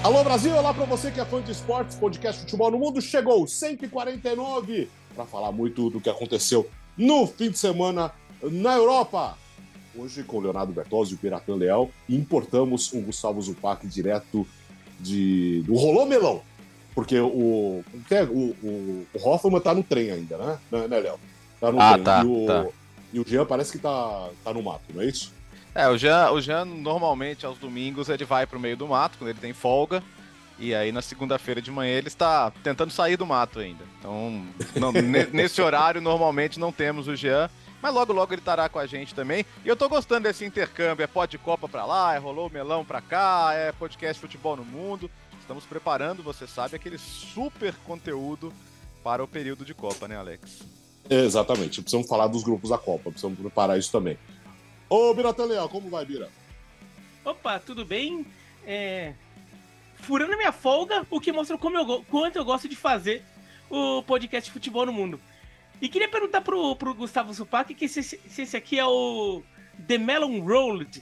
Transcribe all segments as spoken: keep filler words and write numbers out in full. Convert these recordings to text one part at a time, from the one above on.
Alô Brasil, olá para você que é fã de esportes, podcast Futebol no Mundo, chegou cento e quarenta e nove para falar muito do que aconteceu no fim de semana na Europa. Hoje com o Leonardo Bertozzi e o Piratã Leal, importamos o Gustavo Zupac direto de, do Rolô Melão, porque o, o, o, o Hoffman tá no trem ainda, né, né Léo? Tá no ah, trem. tá, e, o, tá. e o Jean parece que tá, tá no mato, não é isso? É, o Jean, o Jean normalmente aos domingos ele vai pro meio do mato, quando ele tem folga, e aí na segunda-feira de manhã ele está tentando sair do mato ainda. Então, não, nesse horário normalmente não temos o Jean, mas logo logo ele estará com a gente também. E eu tô gostando desse intercâmbio, é pod de Copa pra lá, é Rolou o Melão pra cá, é podcast Futebol no Mundo. Estamos preparando, você sabe, aquele super conteúdo para o período de Copa, né, Alex? Exatamente, precisamos falar dos grupos da Copa, precisamos preparar isso também. Ô, Biratã Leal, como vai, Bira? Opa, tudo bem? É... Furando a minha folga, o que mostra como eu, quanto eu gosto de fazer o podcast Futebol no Mundo. E queria perguntar pro, pro Gustavo Zupac que se, se esse aqui é o The Melon Rolled.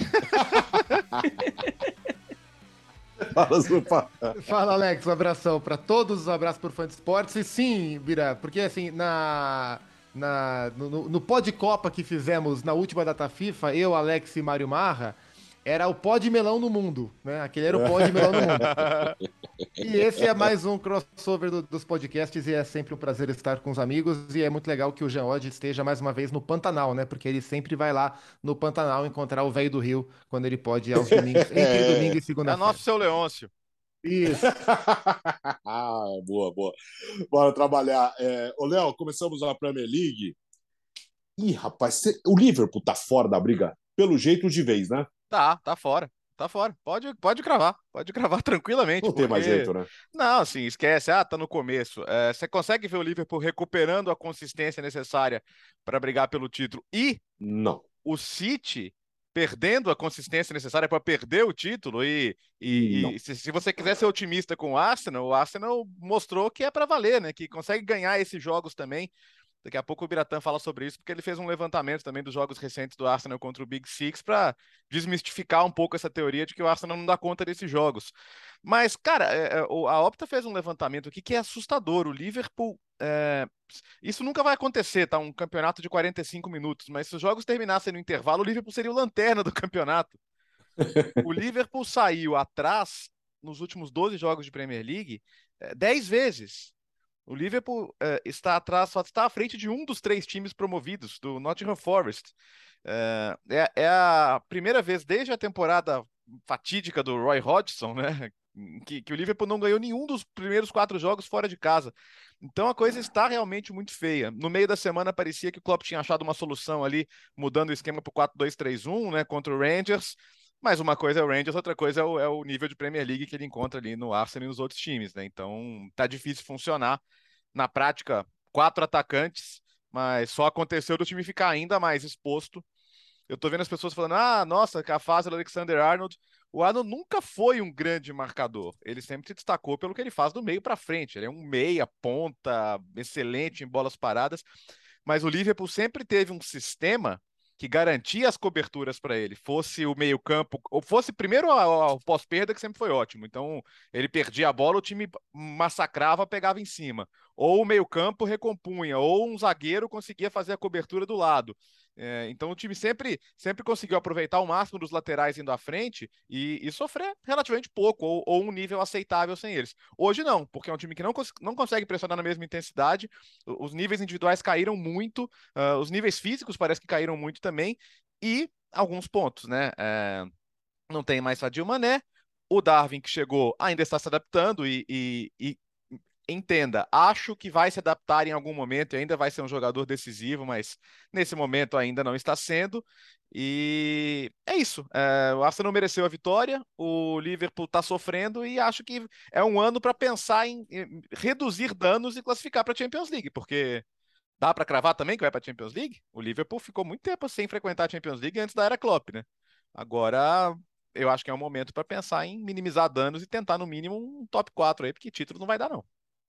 Fala, Zupac. Fala, Alex, um abração para todos, um abraço por fã de esportes. E sim, Bira, porque assim, na... Na, no, no pod Copa que fizemos na última data FIFA, eu, Alex e Mário Marra, era o pod melão no mundo, né? Aquele era o pod melão no mundo. E esse é mais um crossover do, dos podcasts e é sempre um prazer estar com os amigos e é muito legal que o Jean Oddi esteja mais uma vez no Pantanal, né? Porque ele sempre vai lá no Pantanal encontrar o velho do Rio quando ele pode ir aos domingos, entre É. domingo e É segunda-feira. nosso seu Leôncio. Isso. Ah, boa, boa. Bora trabalhar. É, ô, Léo, começamos a Premier League. Ih, rapaz, cê, o Liverpool tá fora da briga, pelo jeito de vez, né? Tá, tá fora. Tá fora. Pode, pode cravar. Pode cravar tranquilamente. Não porque... tem mais jeito, né? Não, assim, esquece. Ah, tá no começo. É, você consegue ver o Liverpool recuperando a consistência necessária para brigar pelo título e Não. o City perdendo a consistência necessária para perder o título e, e, e se, se você quiser ser otimista com o Arsenal, o Arsenal mostrou que é para valer, né? Que consegue ganhar esses jogos também. Daqui a pouco o Biratã fala sobre isso, porque ele fez um levantamento também dos jogos recentes do Arsenal contra o Big Six para desmistificar um pouco essa teoria de que o Arsenal não dá conta desses jogos. Mas, cara, é, a Opta fez um levantamento aqui que é assustador. O Liverpool... É... Isso nunca vai acontecer, tá? Um campeonato de quarenta e cinco minutos, mas se os jogos terminassem no intervalo, o Liverpool seria o lanterna do campeonato. O Liverpool saiu atrás, nos últimos doze jogos de Premier League, dez vezes. O Liverpool uh, está atrás, só está à frente de um dos três times promovidos, do Nottingham Forest. Uh, é, é a primeira vez desde a temporada fatídica do Roy Hodgson, né, que, que o Liverpool não ganhou nenhum dos primeiros quatro jogos fora de casa. Então a coisa está realmente muito feia. No meio da semana parecia que o Klopp tinha achado uma solução ali, mudando o esquema para o quatro dois três um, né, contra o Rangers. Mas uma coisa é o Rangers, outra coisa é o, é o nível de Premier League que ele encontra ali no Arsenal e nos outros times, né? Então tá difícil funcionar. Na prática, quatro atacantes, mas só aconteceu do time ficar ainda mais exposto. Eu tô vendo as pessoas falando, ah, nossa, que a fase do Alexander-Arnold. O Arnold nunca foi um grande marcador. Ele sempre se destacou pelo que ele faz do meio para frente. Ele é um meia, ponta, excelente em bolas paradas. Mas o Liverpool sempre teve um sistema que garantia as coberturas para ele, fosse o meio-campo, ou fosse primeiro ao pós-perda, que sempre foi ótimo. Então, ele perdia a bola, o time massacrava, pegava em cima. Ou o meio-campo recompunha, ou um zagueiro conseguia fazer a cobertura do lado. É, então, o time sempre, sempre conseguiu aproveitar o máximo dos laterais indo à frente e, e sofrer relativamente pouco, ou, ou um nível aceitável sem eles. Hoje não, porque é um time que não, cons não consegue pressionar na mesma intensidade, os níveis individuais caíram muito, uh, os níveis físicos parece que caíram muito também, e alguns pontos, né? É, não tem mais Sadio Mané, o Darwin que chegou ainda está se adaptando e, e, e entenda, acho que vai se adaptar em algum momento e ainda vai ser um jogador decisivo, mas nesse momento ainda não está sendo. E é isso. É, o Arsenal mereceu a vitória, o Liverpool está sofrendo e acho que é um ano para pensar em, em reduzir danos e classificar para a Champions League, porque dá para cravar também que vai para a Champions League? O Liverpool ficou muito tempo sem frequentar a Champions League antes da era Klopp, né? Agora eu acho que é um momento para pensar em minimizar danos e tentar no mínimo um top quatro aí, porque título não vai dar não.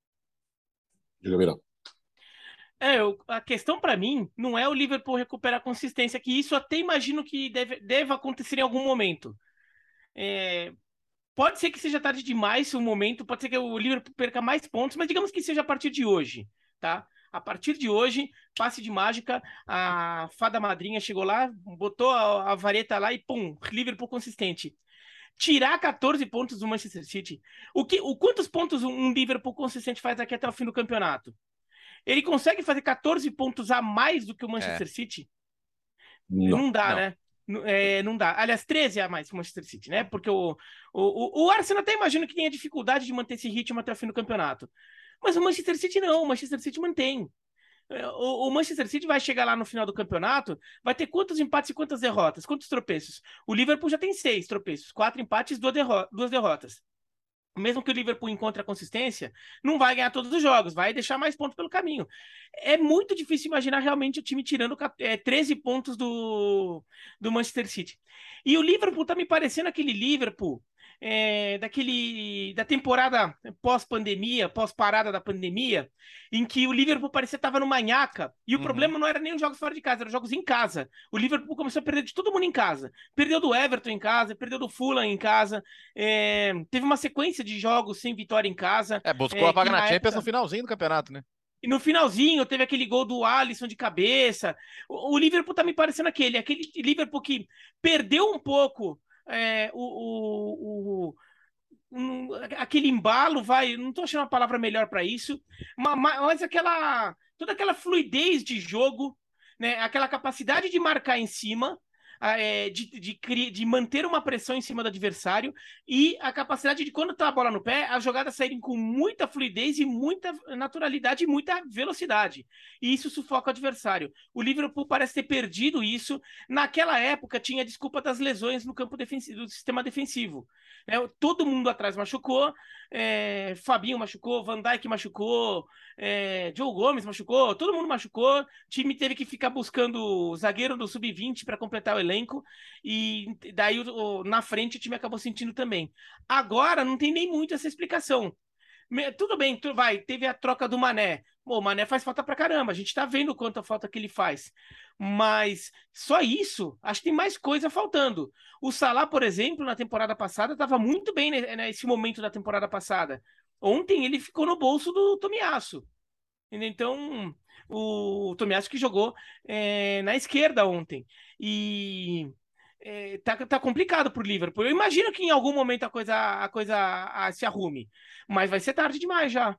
Diga, Virão. É, eu, a questão para mim não é o Liverpool recuperar a consistência, que isso até imagino que deve, deve acontecer em algum momento. É, Pode ser que seja tarde demais o momento, pode ser que o Liverpool perca mais pontos, mas digamos que seja a partir de hoje, tá? A partir de hoje, passe de mágica, a fada madrinha chegou lá, botou a, a vareta lá e pum, Liverpool consistente. Tirar quatorze pontos do Manchester City. O que, o, quantos pontos um Liverpool consistente faz aqui até o fim do campeonato? Ele consegue fazer quatorze pontos a mais do que o Manchester é. City? Não, não dá, não. né? É, não dá. Aliás, treze a mais que o Manchester City, né? Porque o, o, o Arsenal até imagino que tenha dificuldade de manter esse ritmo até o fim do campeonato. Mas o Manchester City não, o Manchester City mantém. O, o Manchester City vai chegar lá no final do campeonato, vai ter quantos empates e quantas derrotas? Quantos tropeços? O Liverpool já tem seis tropeços, quatro empates e duas, derro duas derrotas. Mesmo que o Liverpool encontre a consistência, não vai ganhar todos os jogos, vai deixar mais pontos pelo caminho. É muito difícil imaginar realmente o time tirando é, treze pontos do, do Manchester City. E o Liverpool tá me parecendo aquele Liverpool é, daquele, da temporada pós-pandemia, pós-parada da pandemia, em que o Liverpool parecia que estava numa nhaca, e o uhum. problema não era nem os jogos fora de casa, eram os jogos em casa. O Liverpool começou a perder de todo mundo em casa. Perdeu do Everton em casa, perdeu do Fulham em casa, é, teve uma sequência de jogos sem vitória em casa. É, buscou é, a vaga na Champions época... no finalzinho do campeonato, né? E no finalzinho teve aquele gol do Alisson de cabeça. O, o Liverpool tá me parecendo aquele, aquele Liverpool que perdeu um pouco é, o, o, o um, aquele embalo, vai, não tô achando uma palavra melhor para isso, mas, mas aquela, toda aquela fluidez de jogo, né, aquela capacidade de marcar em cima, é, de, de, de manter uma pressão em cima do adversário e a capacidade de, quando tá a bola no pé, as jogadas saírem com muita fluidez e muita naturalidade e muita velocidade. E isso sufoca o adversário. O Liverpool parece ter perdido isso. Naquela época tinha a desculpa das lesões no campo defensivo, do sistema defensivo. Né? Todo mundo atrás machucou, é, Fabinho machucou, Van Dijk machucou, é, Joe Gomes machucou, todo mundo machucou. O time teve que ficar buscando o zagueiro do sub vinte para completar o elenco, e daí o, na frente o time acabou sentindo também. Agora não tem nem muito essa explicação. Tudo bem, tu, vai, teve a troca do Mané. Pô, o Mané faz falta pra caramba, a gente tá vendo quanta falta que ele faz. Mas só isso, acho que tem mais coisa faltando. O Salah, por exemplo, na temporada passada, estava muito bem nesse momento da temporada passada. Ontem ele ficou no bolso do Tomiyasu. Então, o Tomiyasu que jogou é, na esquerda ontem. E é, tá, tá complicado pro Liverpool. Eu imagino que em algum momento a coisa, a coisa a, se arrume. Mas vai ser tarde demais já.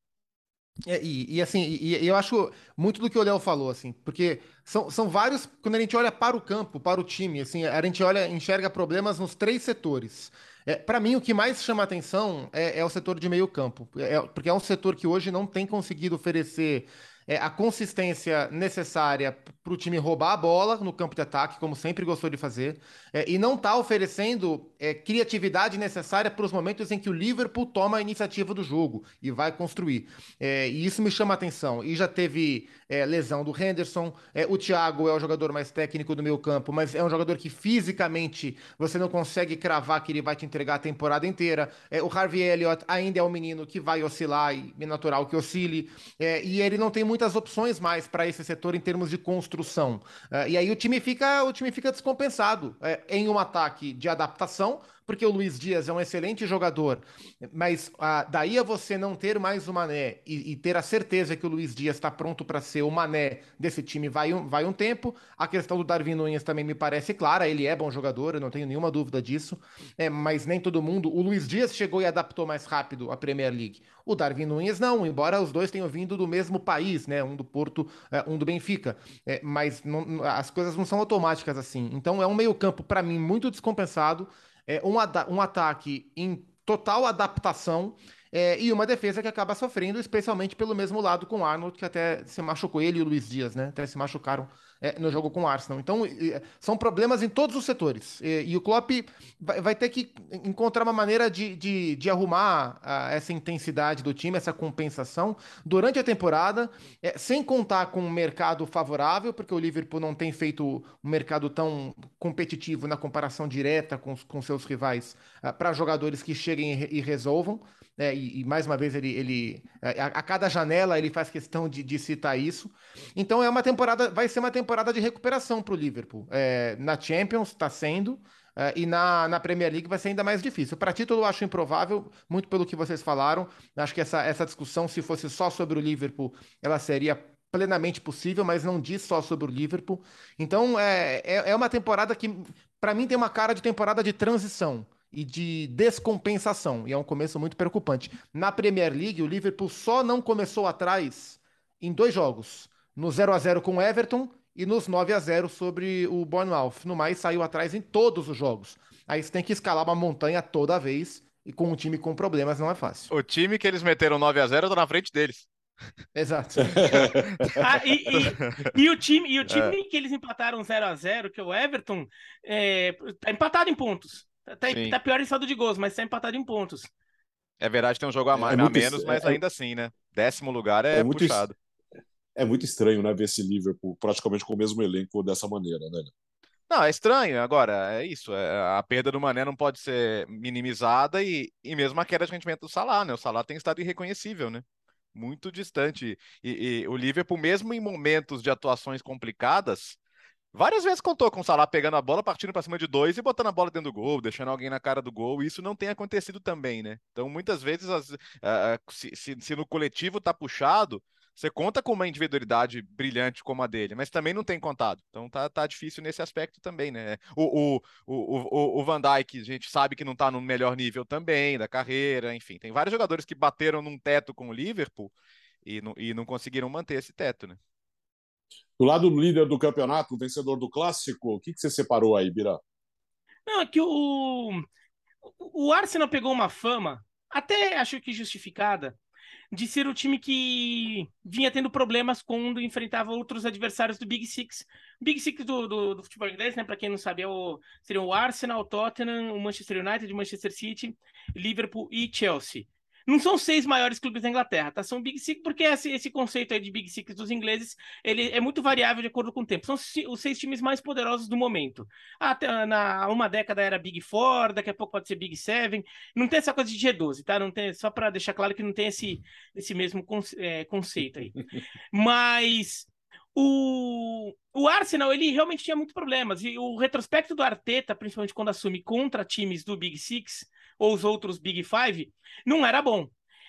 É, e, e assim, e, e eu acho muito do que o Léo falou, assim, porque são, são vários, quando a gente olha para o campo, para o time, assim, a gente olha, enxerga problemas nos três setores. É, para mim, o que mais chama atenção é, é o setor de meio campo, é, porque é um setor que hoje não tem conseguido oferecer é, a consistência necessária para o time roubar a bola no campo de ataque, como sempre gostou de fazer, é, e não está oferecendo é, criatividade necessária para os momentos em que o Liverpool toma a iniciativa do jogo e vai construir. É, e isso me chama a atenção. E já teve é, lesão do Henderson, é, o Thiago é o jogador mais técnico do meio campo, mas é um jogador que fisicamente você não consegue cravar que ele vai te entregar a temporada inteira. É, o Harvey Elliott ainda é um menino que vai oscilar, e é natural que oscile, é, e ele não tem muitas opções mais para esse setor em termos de construção. É, e aí o time fica, o time fica descompensado é, em um ataque de adaptação, porque o Luiz Dias é um excelente jogador, mas ah, daí a você não ter mais o Mané e, e ter a certeza que o Luiz Dias está pronto para ser o Mané desse time vai um, vai um tempo. A questão do Darwin Núñez também me parece clara, ele é bom jogador, eu não tenho nenhuma dúvida disso, é, mas nem todo mundo. O Luiz Dias chegou e adaptou mais rápido à Premier League. O Darwin Núñez não, embora os dois tenham vindo do mesmo país, né? Um do Porto, um do Benfica, é, mas não, as coisas não são automáticas assim. Então é um meio-campo, para mim, muito descompensado. É um, um ataque em total adaptação é, e uma defesa que acaba sofrendo, especialmente pelo mesmo lado com o Arnold, que até se machucou, ele e o Luiz Dias, né? Até se machucaram é, no jogo com o Arsenal. Então, é, são problemas em todos os setores. É, e o Klopp vai, vai ter que encontrar uma maneira de, de, de arrumar a, essa intensidade do time, essa compensação, durante a temporada, é, sem contar com um mercado favorável, porque o Liverpool não tem feito um mercado tão competitivo na comparação direta com, com seus rivais uh, para jogadores que cheguem e, e resolvam. É, e, e mais uma vez ele, ele a, a cada janela ele faz questão de, de citar isso. Então é uma temporada, vai ser uma temporada de recuperação para o Liverpool. É, na Champions está sendo, Uh, e na, na Premier League vai ser ainda mais difícil. Para título eu acho improvável, muito pelo que vocês falaram. Acho que essa, essa discussão, se fosse só sobre o Liverpool, ela seria plenamente possível, mas não diz só sobre o Liverpool. Então é, é, é uma temporada que, para mim, tem uma cara de temporada de transição e de descompensação. E é um começo muito preocupante. Na Premier League, o Liverpool só não começou atrás em dois jogos. No zero a zero com o Everton e nos nove a zero sobre o Bournemouth. No mais, saiu atrás em todos os jogos. Aí você tem que escalar uma montanha toda vez e com um time com problemas não é fácil. O time que eles meteram nove a zero tá na frente deles. Exato. Ah, e, e, e o time, e o time é. que eles empataram zero a zero, que é o Everton, é, tá empatado em pontos. Tá, tá pior em saldo de gols, mas tá empatado em pontos. É verdade, tem um jogo a, mais, é a menos, mas é, ainda assim, né? Décimo lugar é, é muito puxado. É muito estranho, né, ver esse Liverpool praticamente com o mesmo elenco dessa maneira, né? Não, é estranho. Agora, é isso. É, a perda do Mané não pode ser minimizada e, e mesmo a queda de rendimento do Salah, né? O Salah tem estado irreconhecível, né? Muito distante. E, e o Liverpool, mesmo em momentos de atuações complicadas, várias vezes contou com o Salah pegando a bola, partindo para cima de dois e botando a bola dentro do gol, deixando alguém na cara do gol, e isso não tem acontecido também, né? Então, muitas vezes, as, uh, se, se, se no coletivo tá puxado, você conta com uma individualidade brilhante como a dele, mas também não tem contado. Então tá, tá difícil nesse aspecto também, né? O, o, o, o, o Van Dijk, a gente sabe que não tá no melhor nível também da carreira, enfim. Tem vários jogadores que bateram num teto com o Liverpool e não, e não conseguiram manter esse teto, né? Do lado do líder do campeonato, o vencedor do clássico, o que, que você separou aí, Bira? Não, é que o, o Arsenal pegou uma fama, até acho que justificada, de ser o time que vinha tendo problemas quando enfrentava outros adversários do Big Six. Big Six do, do, do futebol inglês, né? Para quem não sabe, é o, seriam o Arsenal, o Tottenham, o Manchester United, o Manchester City, Liverpool e Chelsea. Não são seis maiores clubes da Inglaterra, tá? São Big Six, porque esse, esse conceito aí de Big Six dos ingleses, ele é muito variável de acordo com o tempo. São os seis times mais poderosos do momento. Até na uma década era Big Four, daqui a pouco pode ser Big Seven. Não tem essa coisa de G doze, tá? Não tem, só para deixar claro que não tem esse, esse mesmo conce, é, conceito aí. Mas o, o Arsenal, ele realmente tinha muitos problemas. E o retrospecto do Arteta, principalmente quando assume contra times do Big Six, ou os outros Big Five, não era bom.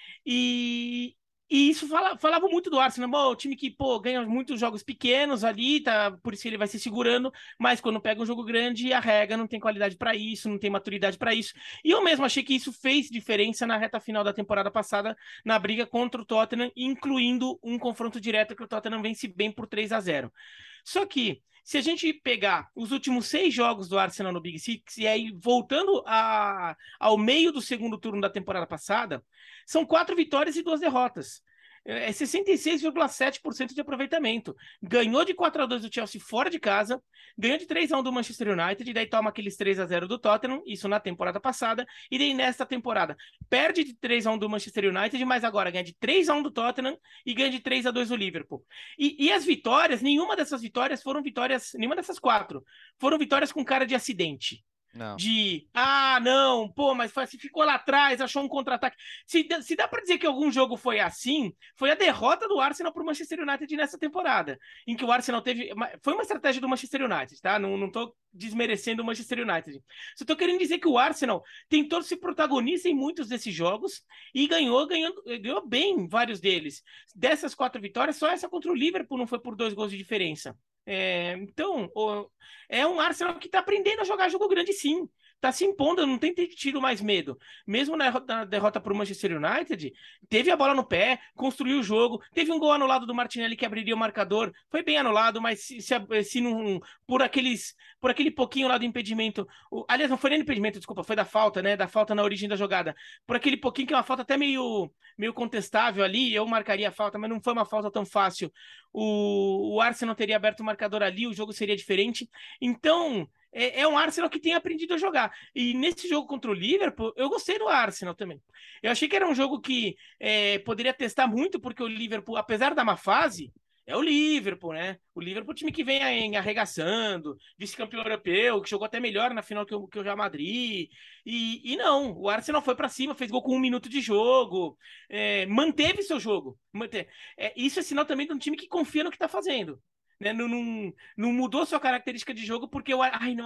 E, e isso fala, falava muito do Arsenal. Bom, o time que, pô, ganha muitos jogos pequenos ali, tá? Por isso que ele vai se segurando, mas quando pega um jogo grande, arrega, não tem qualidade para isso, não tem maturidade para isso. E eu mesmo achei que isso fez diferença na reta final da temporada passada, na briga contra o Tottenham, incluindo um confronto direto que o Tottenham vence bem por três a zero. Só que, se a gente pegar os últimos seis jogos do Arsenal no Big Six, e aí voltando a, ao meio do segundo turno da temporada passada, são quatro vitórias e duas derrotas. É sessenta e seis vírgula sete por cento de aproveitamento. Ganhou de quatro a dois do Chelsea fora de casa, ganhou de três a um do Manchester United, e daí toma aqueles três a zero do Tottenham, isso na temporada passada, e daí nesta temporada perde de três a um do Manchester United, mas agora ganha de três a um do Tottenham e ganha de três a dois do Liverpool. E, e as vitórias, nenhuma dessas vitórias foram vitórias, nenhuma dessas quatro, foram vitórias com cara de acidente. Não. De, ah, não, pô, mas foi assim, ficou lá atrás, achou um contra-ataque. Se, se dá pra dizer que algum jogo foi assim, foi a derrota do Arsenal pro Manchester United nessa temporada, em que o Arsenal teve... Foi uma estratégia do Manchester United, tá? Não, não tô desmerecendo o Manchester United. Só tô querendo dizer que o Arsenal tentou ser protagonista em muitos desses jogos e ganhou, ganhou, ganhou bem vários deles. Dessas quatro vitórias, só essa contra o Liverpool não foi por dois gols de diferença. É, então, o, é um Arsenal que tá aprendendo a jogar jogo grande, sim. Tá se impondo, não tem tido mais medo. Mesmo na, na derrota pro Manchester United, teve a bola no pé, construiu o jogo, teve um gol anulado do Martinelli que abriria o marcador, foi bem anulado, mas se, se, se não, por aqueles, por aquele pouquinho lá do impedimento, o, aliás, não foi nem do impedimento, desculpa, foi da falta, né, da falta na origem da jogada, por aquele pouquinho que é uma falta até meio, meio contestável ali, eu marcaria a falta, mas não foi uma falta tão fácil. O, o Arsenal teria aberto o marcador ali, o jogo seria diferente. Então, é, é um Arsenal que tem aprendido a jogar. E nesse jogo contra o Liverpool, eu gostei do Arsenal também. Eu achei que era um jogo que é, poderia testar muito, porque o Liverpool, apesar da má fase, é o Liverpool, né? O Liverpool é o time que vem em arregaçando, vice-campeão europeu, que jogou até melhor na final que o, que o Real Madrid. E, e não, o Arsenal foi para cima, fez gol com um minuto de jogo, é, manteve seu jogo. Manteve. É, isso é sinal também de um time que confia no que tá fazendo. Né? Não, não, não mudou sua característica de jogo porque o ai, não,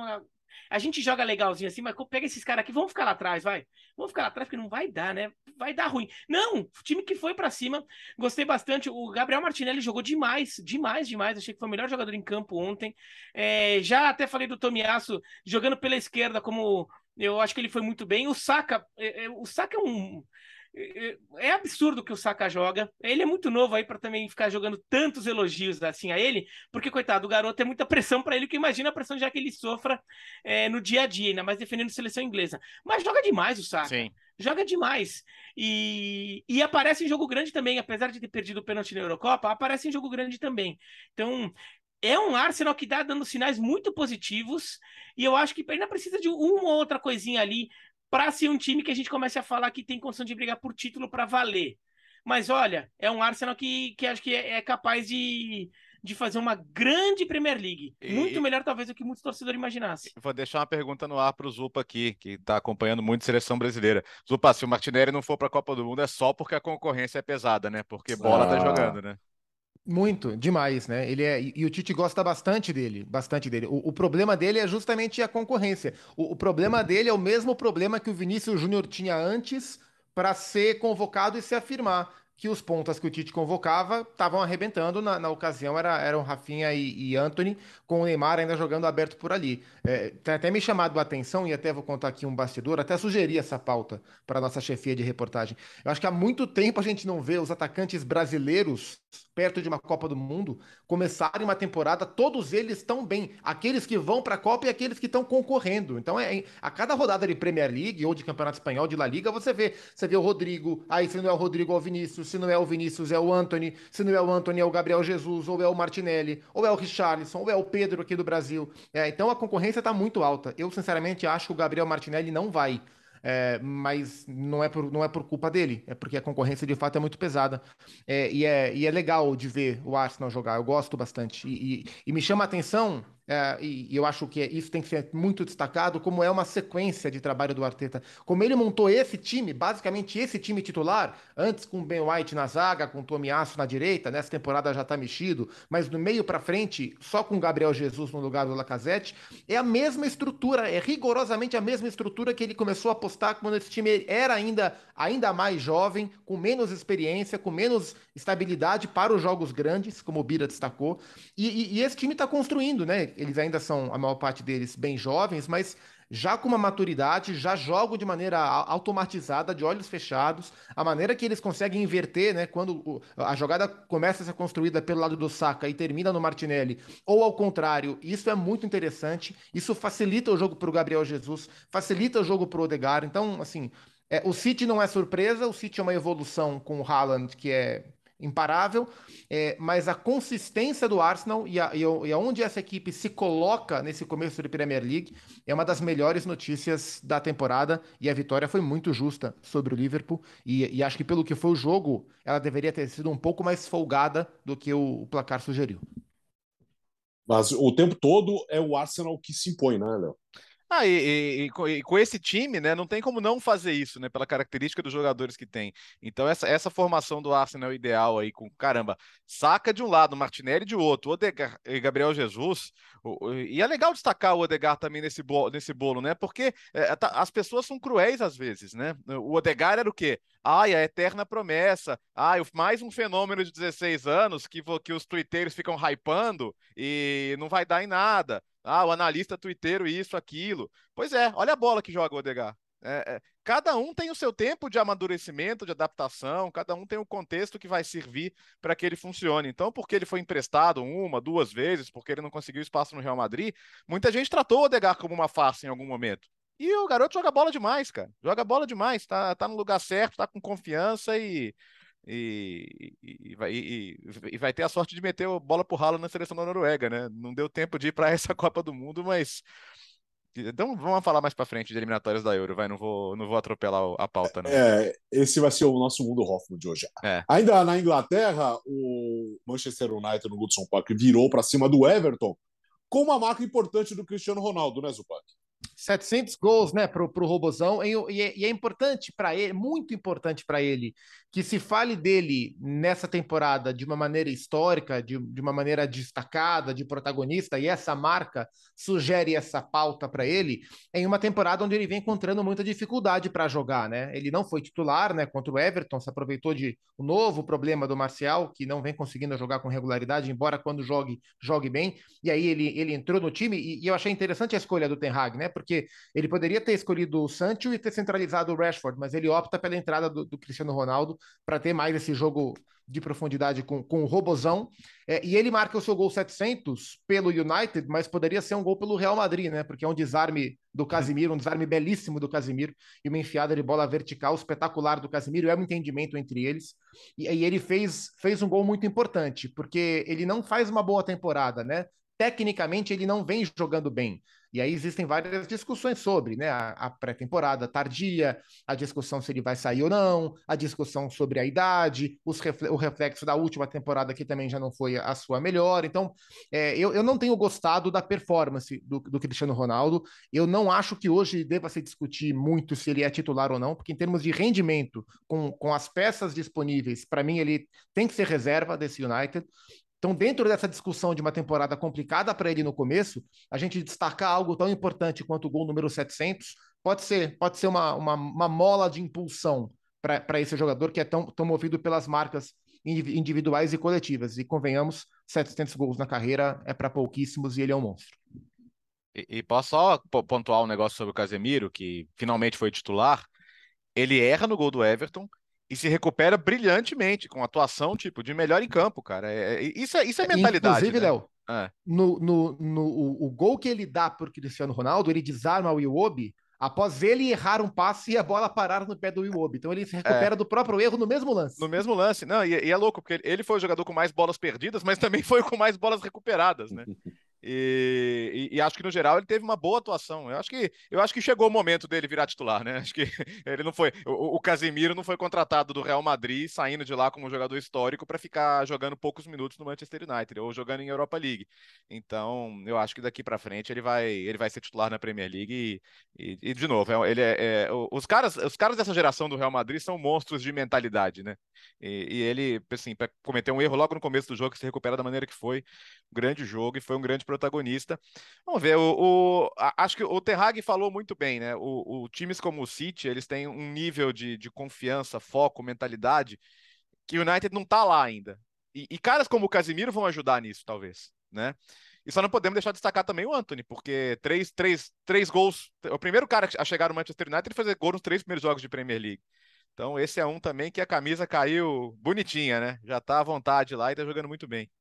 A gente joga legalzinho assim, mas pega esses caras aqui, vamos ficar lá atrás, vai. Vamos ficar lá atrás, porque não vai dar, né? Vai dar ruim. Não, o time que foi pra cima, gostei bastante. O Gabriel Martinelli jogou demais, demais, demais. Achei que foi o melhor jogador em campo ontem. É, já até falei do Tomiyasu jogando pela esquerda, como eu acho que ele foi muito bem. O Saka, é, é, o Saka é um... É absurdo que o Saka joga. Ele é muito novo aí para também ficar jogando tantos elogios assim a ele, porque, coitado, o garoto é muita pressão para ele, que imagina a pressão já que ele sofra é, no dia a dia, ainda mais defendendo seleção inglesa. Mas joga demais o Saka. Sim. Joga demais. E, e aparece em jogo grande também, apesar de ter perdido o pênalti na Eurocopa, aparece em jogo grande também. Então, é um Arsenal que está dando sinais muito positivos e eu acho que ainda precisa de uma ou outra coisinha ali para ser um time que a gente comece a falar que tem condição de brigar por título para valer. Mas olha, é um Arsenal que, que acho que é, é capaz de, de fazer uma grande Premier League. Muito E... melhor, talvez, do que muitos torcedores imaginassem. Vou deixar uma pergunta no ar para o Zupa aqui, que está acompanhando muito a seleção brasileira. Zupa, se o Martinelli não for para a Copa do Mundo, é só porque a concorrência é pesada, né? Porque bola tá Ah, jogando, né? Muito, demais, né? Ele é, e, e o Tite gosta bastante dele, bastante dele. O, o problema dele é justamente a concorrência. O, o problema dele é o mesmo problema que o Vinícius Júnior tinha antes para ser convocado e se afirmar. Que os pontas que o Tite convocava estavam arrebentando. Na, na ocasião era, eram Rafinha e, e Antony, com o Neymar ainda jogando aberto por ali. É, tem até me chamado a atenção, e até vou contar aqui um bastidor, até sugeri essa pauta para nossa chefia de reportagem. Eu acho que há muito tempo a gente não vê os atacantes brasileiros perto de uma Copa do Mundo começarem uma temporada, todos eles estão bem. Aqueles que vão para a Copa e aqueles que estão concorrendo. Então, é, a cada rodada de Premier League ou de Campeonato Espanhol, de La Liga, você vê, você vê o Rodrigo, aí se não é o Rodrigo é o Vinícius, se não é o Vinícius é o Antony, se não é o Antony é o Gabriel Jesus, ou é o Martinelli, ou é o Richarlison, ou é o Pedro aqui do Brasil. É, então a concorrência está muito alta. Eu, sinceramente, acho que o Gabriel Martinelli não vai. É, mas não é, por, não é por culpa dele, é porque a concorrência de fato é muito pesada. É, e, é, e é legal de ver o Arsenal jogar, eu gosto bastante. E, e- e me chama a atenção, é, e, e eu acho que isso tem que ser muito destacado, como é uma sequência de trabalho do Arteta. Como ele montou esse time, basicamente esse time titular, antes com o Ben White na zaga, com o Tomiyasu na direita, nessa temporada já tá mexido, mas no meio pra frente, só com o Gabriel Jesus no lugar do Lacazette, é a mesma estrutura, é rigorosamente a mesma estrutura que ele começou a apostar quando esse time era ainda, ainda mais jovem, com menos experiência, com menos estabilidade para os jogos grandes, como o Bira destacou. E, e- e esse time está construindo, né? Eles ainda são, a maior parte deles, bem jovens, mas já com uma maturidade, já jogam de maneira a- automatizada, de olhos fechados. A maneira que eles conseguem inverter, né? Quando o- a jogada começa a ser construída pelo lado do Saka e termina no Martinelli, ou ao contrário, isso é muito interessante. Isso facilita o jogo para o Gabriel Jesus, facilita o jogo para o Odegaard. Então, assim, é, o City não é surpresa, o City é uma evolução com o Haaland que é imparável, é, mas a consistência do Arsenal e, a, e, o- e aonde essa equipe se coloca nesse começo de Premier League é uma das melhores notícias da temporada, e a vitória foi muito justa sobre o Liverpool, e, e acho que pelo que foi o jogo, ela deveria ter sido um pouco mais folgada do que o, o placar sugeriu. mas o tempo todo é o Arsenal que se impõe, né, Léo? Ah, e, e- e co- e com esse time, né, não tem como não fazer isso, né, pela característica dos jogadores que tem. Então, essa, essa formação do Arsenal é ideal aí, com, caramba, Saka de um lado, Martinelli de outro, Odegaard e Gabriel Jesus. O- o- e é legal destacar o Odegaard também nesse, bo, nesse bolo, né, porque é, tá- as pessoas são cruéis às vezes, né? O Odegaard era o quê? Ai, a eterna promessa. Ai, mais um fenômeno de dezesseis anos que, vo- que os tuiteiros ficam hypando e não vai dar em nada. Ah, o analista tuiteiro, isso, aquilo. Pois é, olha a bola que joga o Odegaard. É, é, cada um tem o seu tempo de amadurecimento, de adaptação, cada um tem o contexto que vai servir para que ele funcione. Então, porque ele foi emprestado uma, duas vezes, porque ele não conseguiu espaço no Real Madrid, muita gente tratou o Odegaard como uma farsa em algum momento. E o garoto joga bola demais, cara. Joga bola demais, tá, tá no lugar certo, tá com confiança e, e, e, vai, e, e vai ter a sorte de meter a bola pro ralo na seleção da Noruega, né? Não deu tempo de ir para essa Copa do Mundo, mas então vamos falar mais para frente de eliminatórias da Euro, vai, não vou, não vou atropelar a pauta, não. É, esse vai ser o nosso mundo Hoffman de hoje. É. Ainda na Inglaterra, o Manchester United no Goodson Park virou para cima do Everton com uma marca importante do Cristiano Ronaldo, né, Zupac? setecentos gols, né, pro, pro Robozão, e, e, é, e é importante para ele, muito importante para ele, que se fale dele nessa temporada de uma maneira histórica, de, de uma maneira destacada, de protagonista, e essa marca sugere essa pauta para ele, em uma temporada onde ele vem encontrando muita dificuldade para jogar, né? Ele não foi titular, né, contra o Everton, se aproveitou de um novo problema do Marcial, que não vem conseguindo jogar com regularidade, embora quando jogue, jogue bem, e aí ele, ele entrou no time, e, e eu achei interessante a escolha do Ten Hag, né? Porque ele poderia ter escolhido o Sancho e ter centralizado o Rashford, mas ele opta pela entrada do, do Cristiano Ronaldo para ter mais esse jogo de profundidade com, com o Robozão, é, e ele marca o seu gol setecentos pelo United, mas poderia ser um gol pelo Real Madrid, né? Porque é um desarme do Casemiro, um desarme belíssimo do Casemiro, e uma enfiada de bola vertical espetacular do Casemiro, é um entendimento entre eles, e, e ele fez, fez um gol muito importante, porque ele não faz uma boa temporada, né? Tecnicamente ele não vem jogando bem. E aí existem várias discussões sobre, né? A, a pré-temporada tardia, a discussão se ele vai sair ou não, a discussão sobre a idade, os refle o reflexo da última temporada que também já não foi a sua melhor. Então, é, eu, eu não tenho gostado da performance do, do Cristiano Ronaldo. Eu não acho que hoje deva se discutir muito se ele é titular ou não, porque em termos de rendimento, com, com as peças disponíveis, para mim ele tem que ser reserva desse United. Então, dentro dessa discussão de uma temporada complicada para ele no começo, a gente destacar algo tão importante quanto o gol número setecentos pode ser, pode ser uma, uma, uma mola de impulsão para esse jogador que é tão, tão movido pelas marcas individuais e coletivas. E convenhamos, setecentos gols na carreira é para pouquíssimos e ele é um monstro. E, e posso só pontuar um negócio sobre o Casemiro, que finalmente foi titular. Ele erra no gol do Everton e se recupera brilhantemente, com atuação, tipo, de melhor em campo, cara. É, é, isso, é, isso é mentalidade, Inclusive, né? Léo, é. no, no, no, o, o gol que ele dá por Cristiano Ronaldo, ele desarma o Iwobi após ele errar um passe e a bola parar no pé do Iwobi. Então ele se recupera é. do próprio erro no mesmo lance. No mesmo lance. Não, e, e é louco, porque ele foi o jogador com mais bolas perdidas, mas também foi com mais bolas recuperadas, né? E, e, e acho que no geral ele teve uma boa atuação. Eu acho que, eu acho que chegou o momento dele virar titular, né? Acho que ele não foi. O, o Casemiro não foi contratado do Real Madrid, saindo de lá como um jogador histórico para ficar jogando poucos minutos no Manchester United ou jogando em Europa League. Então, eu acho que daqui para frente ele vai, ele vai ser titular na Premier League. E, e, e de novo, ele é, é, os caras, os caras dessa geração do Real Madrid são monstros de mentalidade, né? E, e ele, assim, cometeu um erro logo no começo do jogo, que se recupera da maneira que foi. Um grande jogo e foi um grande protagonista. Vamos ver, o, o, acho que o Ten Hag falou muito bem, né? O, o, times como o City, eles têm um nível de, de confiança, foco, mentalidade, que o United não tá lá ainda. E, e caras como o Casemiro vão ajudar nisso, talvez, né? E só não podemos deixar de destacar também o Antony, porque três, três, três gols. O primeiro cara a chegar no Manchester United e fazer gol nos três primeiros jogos de Premier League. Então, esse é um também que a camisa caiu bonitinha, né? Já tá à vontade lá e tá jogando muito bem.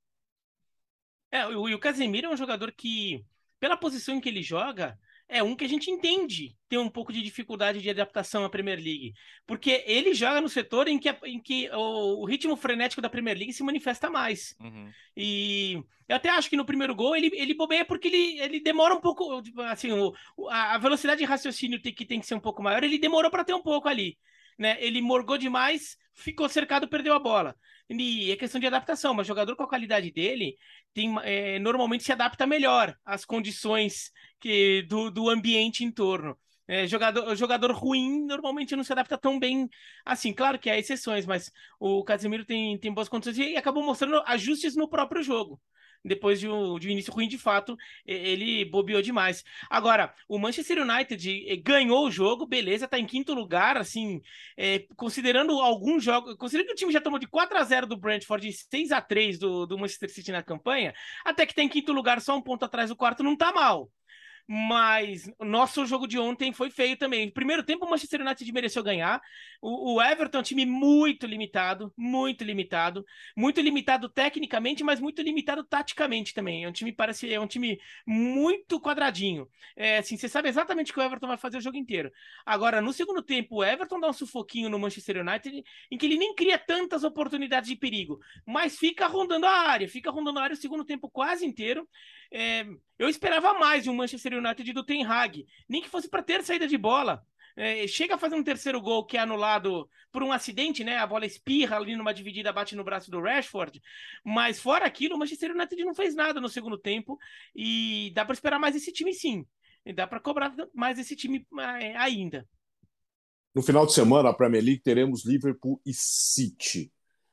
É, o, e o Casemiro é um jogador que, pela posição em que ele joga, é um que a gente entende ter um pouco de dificuldade de adaptação à Premier League. Porque ele joga no setor em que, em que o, o ritmo frenético da Premier League se manifesta mais. Uhum. E eu até acho que no primeiro gol ele, ele bobeia porque ele, ele demora um pouco, assim, o, a velocidade de raciocínio tem, que tem que ser um pouco maior, ele demorou para ter um pouco ali. Né? Ele morgou demais, ficou cercado, perdeu a bola. E é questão de adaptação, mas jogador com a qualidade dele tem, é, normalmente se adapta melhor às condições que, do, do ambiente em torno. É, jogador, jogador ruim normalmente não se adapta tão bem assim. Claro que há exceções, mas o Casemiro tem, tem boas condições e acabou mostrando ajustes no próprio jogo. Depois de um, de um início ruim, de fato, ele bobeou demais. Agora, o Manchester United ganhou o jogo, beleza, tá em quinto lugar, assim, é, considerando alguns jogos, considerando que o time já tomou de quatro a zero do Brentford e seis a três do, do Manchester City na campanha, até que tá em quinto lugar, só um ponto atrás do quarto, não tá mal. Mas o nosso jogo de ontem foi feio também. No primeiro tempo, o Manchester United mereceu ganhar. O, o Everton é um time muito limitado, muito limitado. Muito limitado tecnicamente, mas muito limitado taticamente também. É um time, parece, é um time muito quadradinho. É, assim, você sabe exatamente o que o Everton vai fazer o jogo inteiro. Agora, no segundo tempo, o Everton dá um sufoquinho no Manchester United, em que ele nem cria tantas oportunidades de perigo, mas fica rondando a área, fica rondando a área o segundo tempo quase inteiro. É, eu esperava mais de um Manchester United do Ten Hag, nem que fosse para ter saída de bola. É, chega a fazer um terceiro gol que é anulado por um acidente, né? A bola espirra ali numa dividida, bate no braço do Rashford. Mas fora aquilo, o Manchester United não fez nada no segundo tempo e dá para esperar mais esse time, sim. E dá para cobrar mais esse time ainda. No final de semana, a Premier League, teremos Liverpool e City.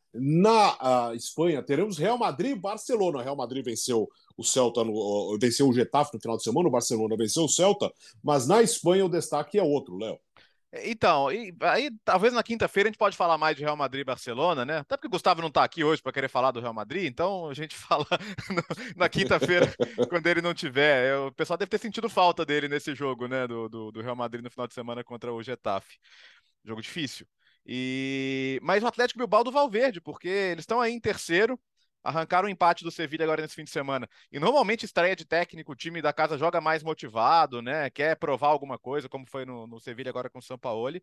Na uh, Espanha, teremos Real Madrid e Barcelona. O Real Madrid venceu o Celta, no, uh, venceu o Getafe no final de semana, o Barcelona venceu o Celta, mas na Espanha o destaque é outro, Léo. Então, e aí talvez na quinta-feira a gente pode falar mais de Real Madrid e Barcelona, né? Até porque o Gustavo não está aqui hoje para querer falar do Real Madrid, então a gente fala no, na quinta-feira, quando ele não tiver. É, o pessoal deve ter sentido falta dele nesse jogo, né? Do, do, do Real Madrid no final de semana contra o Getafe. Jogo difícil. E... Mas o Atlético Bilbao do Valverde, porque eles estão aí em terceiro, arrancaram o empate do Sevilha agora nesse fim de semana. E normalmente estreia de técnico, o time da casa joga mais motivado, né? Quer provar alguma coisa, como foi no, no Sevilha agora com o Sampaoli.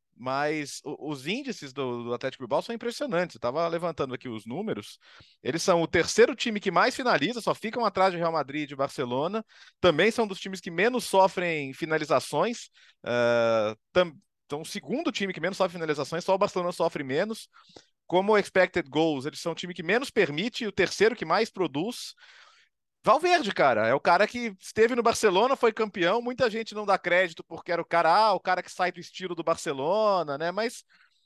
Mas o, os índices do, do Atlético Bilbao são impressionantes. Eu estava levantando aqui os números. Eles são o terceiro time que mais finaliza, só ficam atrás de Real Madrid e de Barcelona. Também são dos times que menos sofrem finalizações. Uh, tam, então, o segundo time que menos sofre finalizações, só o Barcelona sofre menos. Como expected goals, eles são o time que menos permite e o terceiro que mais produz. Valverde, cara, é o cara que esteve no Barcelona, foi campeão, muita gente não dá crédito porque era o cara, ah, o cara que sai do estilo do Barcelona, né, mas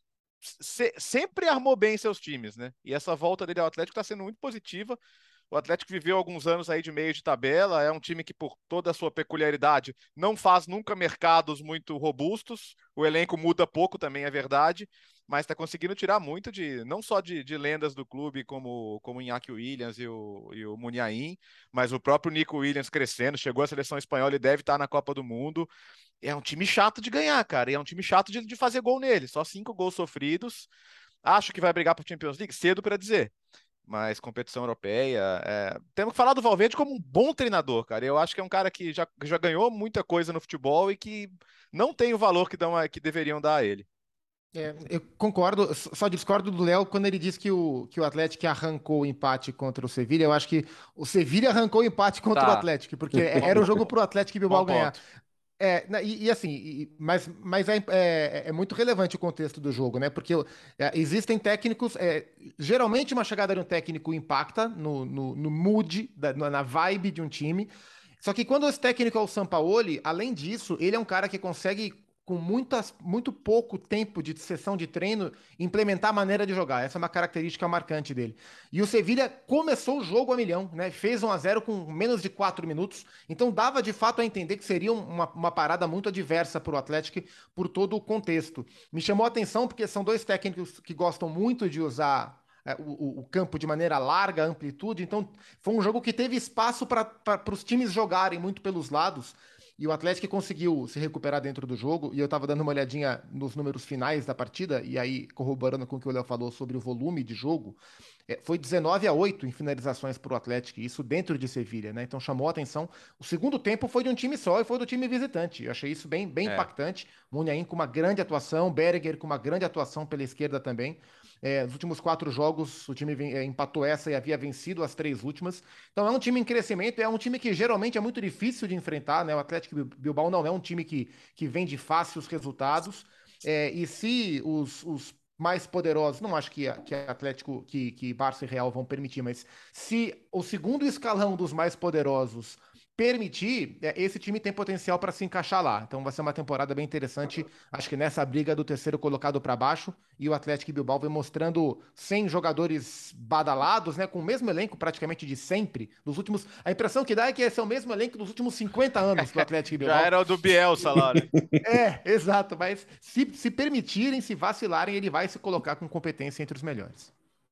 se, sempre armou bem seus times, né, e essa volta dele ao Atlético está sendo muito positiva. O Atlético viveu alguns anos aí de meio de tabela, é um time que, por toda a sua peculiaridade, não faz nunca mercados muito robustos, o elenco muda pouco também, é verdade, mas está conseguindo tirar muito de, não só de, de lendas do clube, como, como o Iñaki Williams e o, e o Muniain, mas o próprio Nico Williams crescendo, chegou à seleção espanhola e deve estar na Copa do Mundo. É um time chato de ganhar, cara, e é um time chato de, de fazer gol nele, só cinco gols sofridos. Acho que vai brigar para o Champions League, cedo para dizer. Mas competição europeia. É... Temos que falar do Valverde como um bom treinador, cara. Eu acho que é um cara que já, já ganhou muita coisa no futebol e que não tem o valor que, dão a, que deveriam dar a ele. É, eu concordo, só discordo do Léo quando ele diz que o, que o Atlético arrancou o empate contra o Sevilha. Eu acho que o Sevilha arrancou o empate contra tá. o Atlético, porque era o jogo pro Atlético Bilbao ganhar. Ponto. É, e, e assim, e, mas, mas é, é, é muito relevante o contexto do jogo, né? Porque é, existem técnicos. É, geralmente, uma chegada de um técnico impacta no, no, no mood, da, na vibe de um time. Só que quando esse técnico é o Sampaoli, além disso, ele é um cara que consegue, com muitas, muito pouco tempo de sessão de treino, implementar a maneira de jogar. Essa é uma característica marcante dele. E o Sevilha começou o jogo a milhão, né? Fez um a zero com menos de quatro minutos. Então dava de fato a entender que seria uma, uma parada muito adversa para o Atlético por todo o contexto. Me chamou a atenção porque são dois técnicos que gostam muito de usar é, o, o campo de maneira larga, amplitude. Então foi um jogo que teve espaço para os times jogarem muito pelos lados. E o Atlético conseguiu se recuperar dentro do jogo, e eu tava dando uma olhadinha nos números finais da partida, e aí corroborando com o que o Léo falou sobre o volume de jogo, é, foi dezenove a oito em finalizações para o Atlético, isso dentro de Sevilha, né? Então chamou a atenção. O segundo tempo foi de um time só e foi do time visitante. Eu achei isso bem, bem É. impactante. Muniain com uma grande atuação, Berger com uma grande atuação pela esquerda também. É, nos últimos quatro jogos, o time é, empatou essa e havia vencido as três últimas. Então é um time em crescimento, é um time que geralmente é muito difícil de enfrentar, né? O Atlético Bilbao não é um time que, que vem de fáceis resultados. É, e se os, os mais poderosos, não acho que, que Atlético, que, que Barça e Real vão permitir, mas se o segundo escalão dos mais poderosos permitir, esse time tem potencial para se encaixar lá. Então vai ser uma temporada bem interessante, acho que nessa briga do terceiro colocado para baixo, e o Atlético Bilbao vem mostrando cem jogadores badalados, né, com o mesmo elenco praticamente de sempre, dos últimos, a impressão que dá é que esse é o mesmo elenco dos últimos cinquenta anos do Atlético Bilbao. Já era o do Bielsa lá, né? É, exato, mas se, se permitirem, se vacilarem, ele vai se colocar com competência entre os melhores.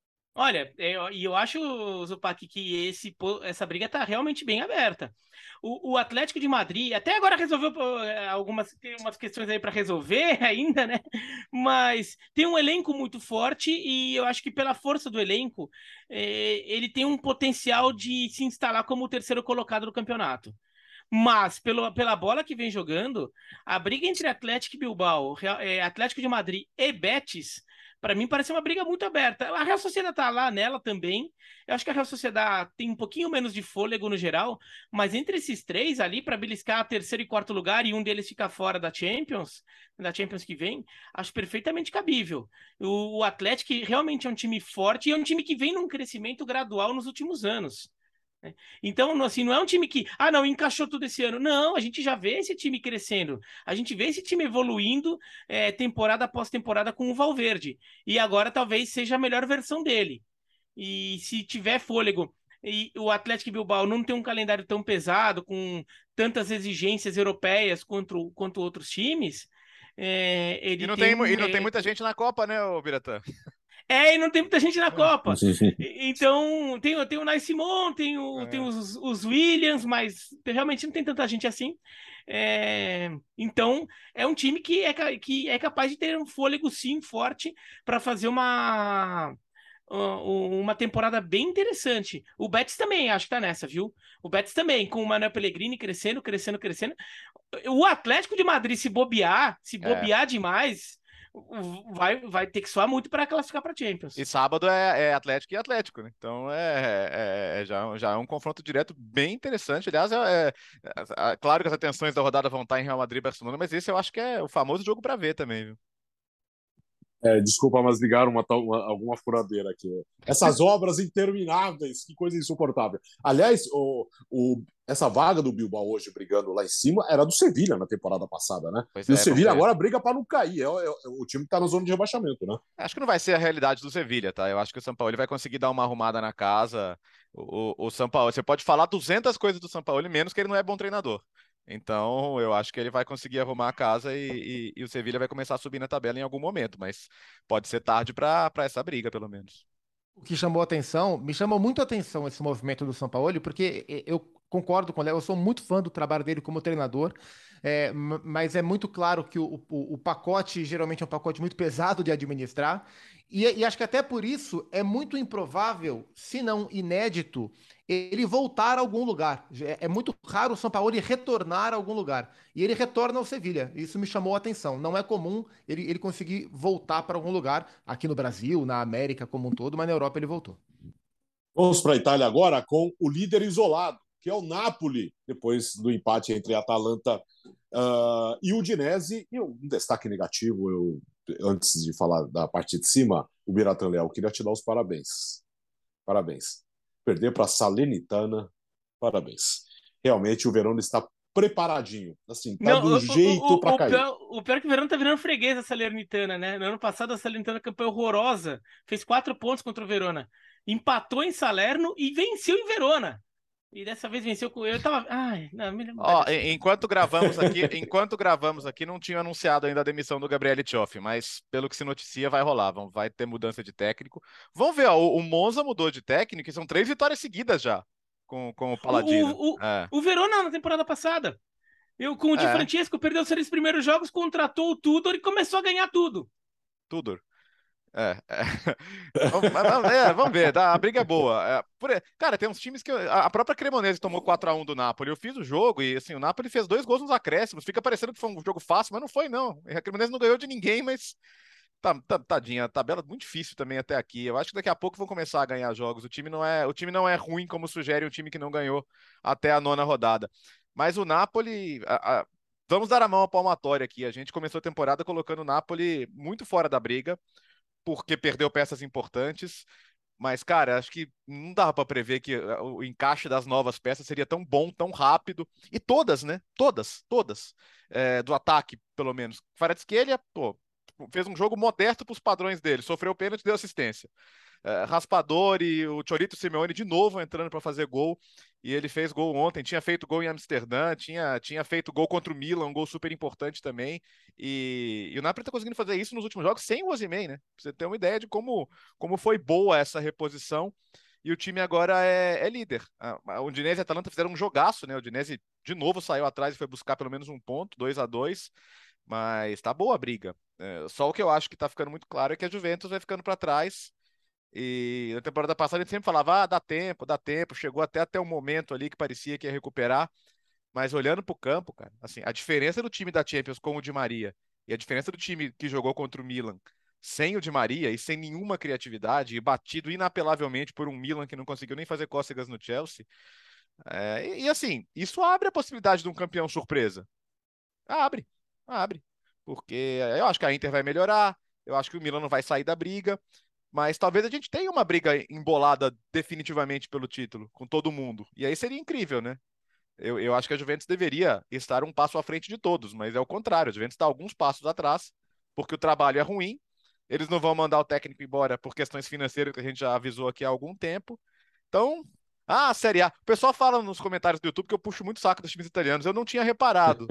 Olha, e eu, eu acho, Zupac, que esse, essa briga tá realmente bem aberta. O, o Atlético de Madrid, até agora resolveu algumas umas questões aí para resolver ainda, né? Mas tem um elenco muito forte e eu acho que pela força do elenco, é, ele tem um potencial de se instalar como o terceiro colocado do campeonato. Mas, pelo, pela bola que vem jogando, a briga entre Atlético e Bilbao, Real, é, Atlético de Madrid e Betis, para mim parece uma briga muito aberta. A Real Sociedad tá lá nela também. Eu acho que a Real Sociedad tem um pouquinho menos de fôlego no geral, mas entre esses três ali, para beliscar terceiro e quarto lugar e um deles ficar fora da Champions, da Champions que vem, acho perfeitamente cabível. O, o Atlético realmente é um time forte e é um time que vem num crescimento gradual nos últimos anos. Então, assim, não é um time que, ah, não, encaixou tudo esse ano. Não, a gente já vê esse time crescendo. A gente vê esse time evoluindo é, temporada após temporada com o Valverde. E agora talvez seja a melhor versão dele. E se tiver fôlego, e o Atlético Bilbao não tem um calendário tão pesado, com tantas exigências europeias quanto, quanto outros times, é, E ele não tem tem, um. e não tem É, muita gente na Copa, né, ô Biratã? é, e não tem muita gente na Copa. Sim. E- Então, tem, tem o Nai Simon, tem, o, tem É. os, os Williams, mas realmente não tem tanta gente assim. É, então, é um time que é, ca- que é capaz de ter um fôlego, sim, forte para fazer uma, u- uma temporada bem interessante. O Betis também, acho que tá nessa, viu? O Betis também, com o Manuel Pellegrini crescendo, crescendo, crescendo. O Atlético de Madrid, se bobear, se É. bobear demais, vai, vai ter que soar muito para classificar para E Champions. sábado é, é Atlético e Atlético, né? Então é, é- é já, já é um confronto direto bem interessante. Aliás, é, é- é- claro que as atenções da rodada vão estar em Real Madrid e Barcelona, mas esse eu acho que é o famoso jogo para ver também, viu? É, desculpa, mas ligaram uma, tal- uma- alguma furadeira aqui. Essas obras intermináveis, que coisa insuportável. Aliás, o, o- essa vaga do Bilbao hoje brigando lá em cima era do Sevilha na temporada passada, né? Pois E o é, vamos Sevilha ver. agora briga para não cair. É, o- é o time que está na zona de rebaixamento, né? Acho que não vai ser a realidade do Sevilha, tá? Eu acho que o São Paulo vai conseguir dar uma arrumada na casa. O, o, o São Paulo, você pode falar duzentas coisas do São Paulo, menos que ele não é bom treinador. Então, eu acho que ele vai conseguir arrumar a casa e, e, e o Sevilha vai começar a subir na tabela em algum momento, mas pode ser tarde para para essa briga, pelo menos. O que chamou atenção, me chamou muito a atenção esse movimento do Sampaoli, porque e- eu concordo com o Léo, eu sou muito fã do trabalho dele como treinador, é, m- mas é muito claro que o, o- o pacote geralmente é um pacote muito pesado de administrar, e, e acho que até por isso é muito improvável, se não inédito, ele voltar a algum lugar. É, é muito raro o Sampaoli retornar a algum lugar. E ele retorna ao Sevilha. Isso me chamou a atenção. Não é comum ele, ele conseguir voltar para algum lugar, aqui no Brasil, na América como um todo, mas na Europa ele voltou. Vamos para a Itália agora com o líder isolado, que é o Napoli, depois do empate entre a Atalanta uh, e o Udinese. E um destaque negativo, eu, antes de falar da parte de cima, o Biratan Leal, queria te dar os parabéns. Parabéns. Perder para a Salernitana, parabéns. Realmente o Verona está preparadinho, assim, tá Não, do o, jeito o, para o, o, cair. pior, o pior é que o Verão tá virando freguês da Salernitana, né? No ano passado a Salernitana campanha horrorosa, fez quatro pontos contra o Verona, empatou em Salerno e venceu em Verona. E dessa vez venceu com. Eu tava. Ai, não, me lembro Ó, dessa. en- enquanto gravamos aqui, enquanto gravamos aqui, não tinha anunciado ainda a demissão do Gabriele Cioffi, mas pelo que se noticia, vai rolar, vão, vai ter mudança de técnico. Vamos ver, ó, o, o Monza mudou de técnico e são três vitórias seguidas já com, com o O, Paladino. o, o, É, o Verona na temporada passada. Eu, com o Di é, Francesco, perdeu os três primeiros jogos, contratou o Tudor e começou a ganhar tudo. tudo. É, é. Vamos, vamos- é, vamos ver, tá? A briga é boa. É, por- cara, tem uns times que. A a própria Cremonese tomou quatro a um do Napoli. Eu fiz o jogo e assim, o Napoli fez dois gols nos acréscimos. Fica parecendo que foi um jogo fácil, mas não foi, não. A Cremonese não ganhou de ninguém, mas. Tá, tá- tadinha, a tabela é muito difícil também até aqui. Eu acho que daqui a pouco vão começar a ganhar jogos. O time não é, o time não é ruim como sugere um time que não ganhou até a nona rodada. Mas o Napoli. a- a- vamos dar a mão à palmatória aqui. A gente começou a temporada colocando o Napoli muito fora da briga porque perdeu peças importantes. Mas, cara, acho que não dava para prever que uh, o encaixe das novas peças seria tão bom, tão rápido. E todas, né? Todas, todas. É, do ataque, pelo menos. Kvaratskhelia, pô, fez um jogo modesto para os padrões dele. Sofreu pênalti e deu assistência. É, Raspadori, o Chorito Simeone de novo entrando para fazer gol. E ele fez gol ontem, tinha feito gol em Amsterdã, tinha, tinha feito gol contra o Milan, um gol super importante também. E, e o Napoli está conseguindo fazer isso nos últimos jogos sem o Osimhen, né? Pra você ter uma ideia de como, como foi boa essa reposição. E o time agora é, é líder. A, a Udinese e a Atalanta fizeram um jogaço, né? O Udinese de novo saiu atrás e foi buscar pelo menos um ponto, dois a dois. Mas tá boa a briga. É, só o que eu acho que tá ficando muito claro é que a Juventus vai ficando para trás. E na temporada passada a gente sempre falava, ah, dá tempo, dá tempo. Chegou até até um momento ali que parecia que ia recuperar. Mas olhando para o campo, cara, assim, a diferença do time da Champions com o Di Maria e a diferença do time que jogou contra o Milan sem o Di Maria e sem nenhuma criatividade e batido inapelavelmente por um Milan que não conseguiu nem fazer cócegas no Chelsea. É, e, e assim, isso abre a possibilidade de um campeão surpresa. Abre, abre. Porque eu acho que a Inter vai melhorar, eu acho que o Milan não vai sair da briga. mas talvez a gente tenha uma briga embolada definitivamente pelo título, com todo mundo. E aí seria incrível, né? Eu, eu acho que a Juventus deveria estar um passo à frente de todos, mas é o contrário. A Juventus está alguns passos atrás, porque o trabalho é ruim. Eles não vão mandar o técnico embora por questões financeiras, que a gente já avisou aqui há algum tempo. Então, ah, a Série A. O pessoal fala nos comentários do YouTube que eu puxo muito saco dos times italianos. Eu não tinha reparado,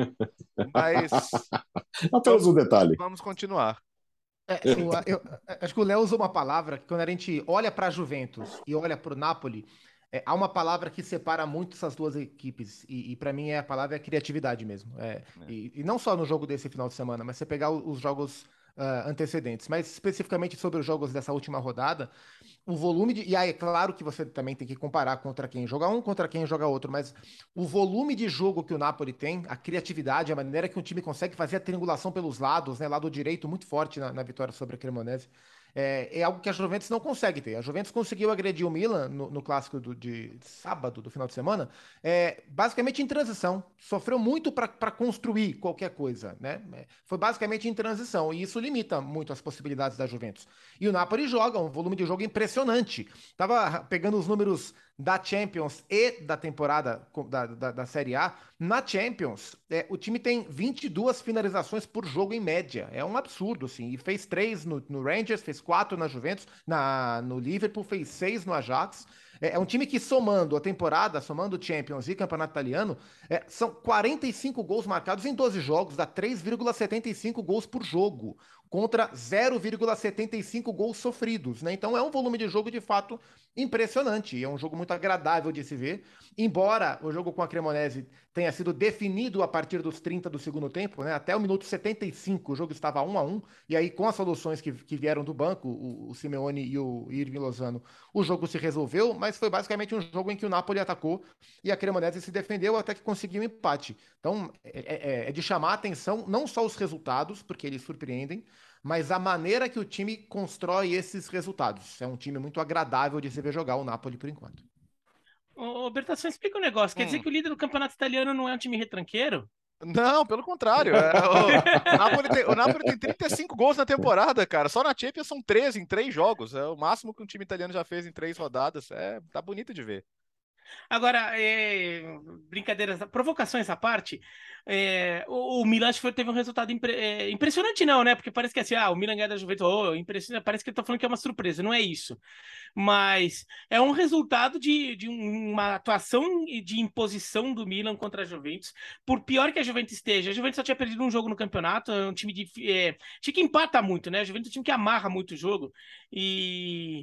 mas Apenas um detalhe. vamos continuar. É, eu, eu- acho que o Léo usou uma palavra que quando a gente olha para a Juventus e olha para o Napoli, é, há uma palavra que separa muito essas duas equipes. E, e para mim é a palavra é criatividade mesmo. É, e, e não só no jogo desse final de semana, mas você pegar o- os jogos ah, antecedentes. Mas especificamente sobre os jogos dessa última rodada, o volume de. E aí, é claro que você também tem que comparar contra quem joga um, contra quem joga outro, mas o volume de jogo que o Napoli tem, a criatividade, a maneira que o time consegue fazer a triangulação pelos lados, né? Lado direito muito forte na, na vitória sobre a Cremonese. É, é algo que a Juventus não consegue ter. A Juventus conseguiu agredir o Milan no, no clássico do- de sábado, do final de semana, é, basicamente em transição. Sofreu muito para construir qualquer coisa, né? É, foi basicamente em transição, e isso limita muito as possibilidades da Juventus. E o Napoli joga um volume de jogo impressionante. Tava pegando os números da Champions e da temporada co- da, da, da Série A. Na Champions, é, o time tem vinte e duas finalizações por jogo em média. É um absurdo, assim. E fez três no, no Rangers, fez quatro na Juventus, na, no Liverpool, fez seis no Ajax. É, é um time que, somando a temporada, somando o Champions e Campeonato Italiano, é, são quarenta e cinco gols marcados em doze jogos, dá três vírgula setenta e cinco gols por jogo, contra zero vírgula setenta e cinco gols sofridos, né? Então é um volume de jogo de fato impressionante. É um jogo muito agradável de se ver. Embora o jogo com a Cremonese tenha sido definido a partir dos trinta do segundo tempo, né? Até o minuto setenta e cinco o jogo estava um a um, e aí com as soluções que, que vieram do banco, o, o Simeone e o Irving Lozano, o jogo se resolveu, mas foi basicamente um jogo em que o Napoli atacou e a Cremonese se defendeu até que conseguiu um empate. Então é, é, é de chamar a atenção não só os resultados, porque eles surpreendem, mas a maneira que o time constrói esses resultados. É um time muito agradável de se ver jogar o Napoli por enquanto. Ô, ô Berta, só explica um negócio. Quer dizer Hum. que o líder do campeonato italiano não é um time retranqueiro? Não, pelo contrário. É, o, o Napoli tem, o Napoli tem trinta e cinco gols na temporada, cara. Só na Champions são treze em três jogos. É o máximo que um time italiano já fez em três rodadas. É, tá bonito de ver. Agora, é, brincadeiras, provocações à parte, é, o, o Milan acho que foi- teve um resultado impre- é, impressionante, não, né? Porque parece que assim, ah, o Milan ganha da Juventus, oh, impressionante, parece que ele tá falando que é uma surpresa, não é isso. Mas é um resultado de, de um- uma atuação e de imposição do Milan contra a Juventus. Por pior que a Juventus esteja, a Juventus só tinha perdido um jogo no campeonato, é um time de, é, time que empata muito, né? A Juventus é um time que amarra muito o jogo e.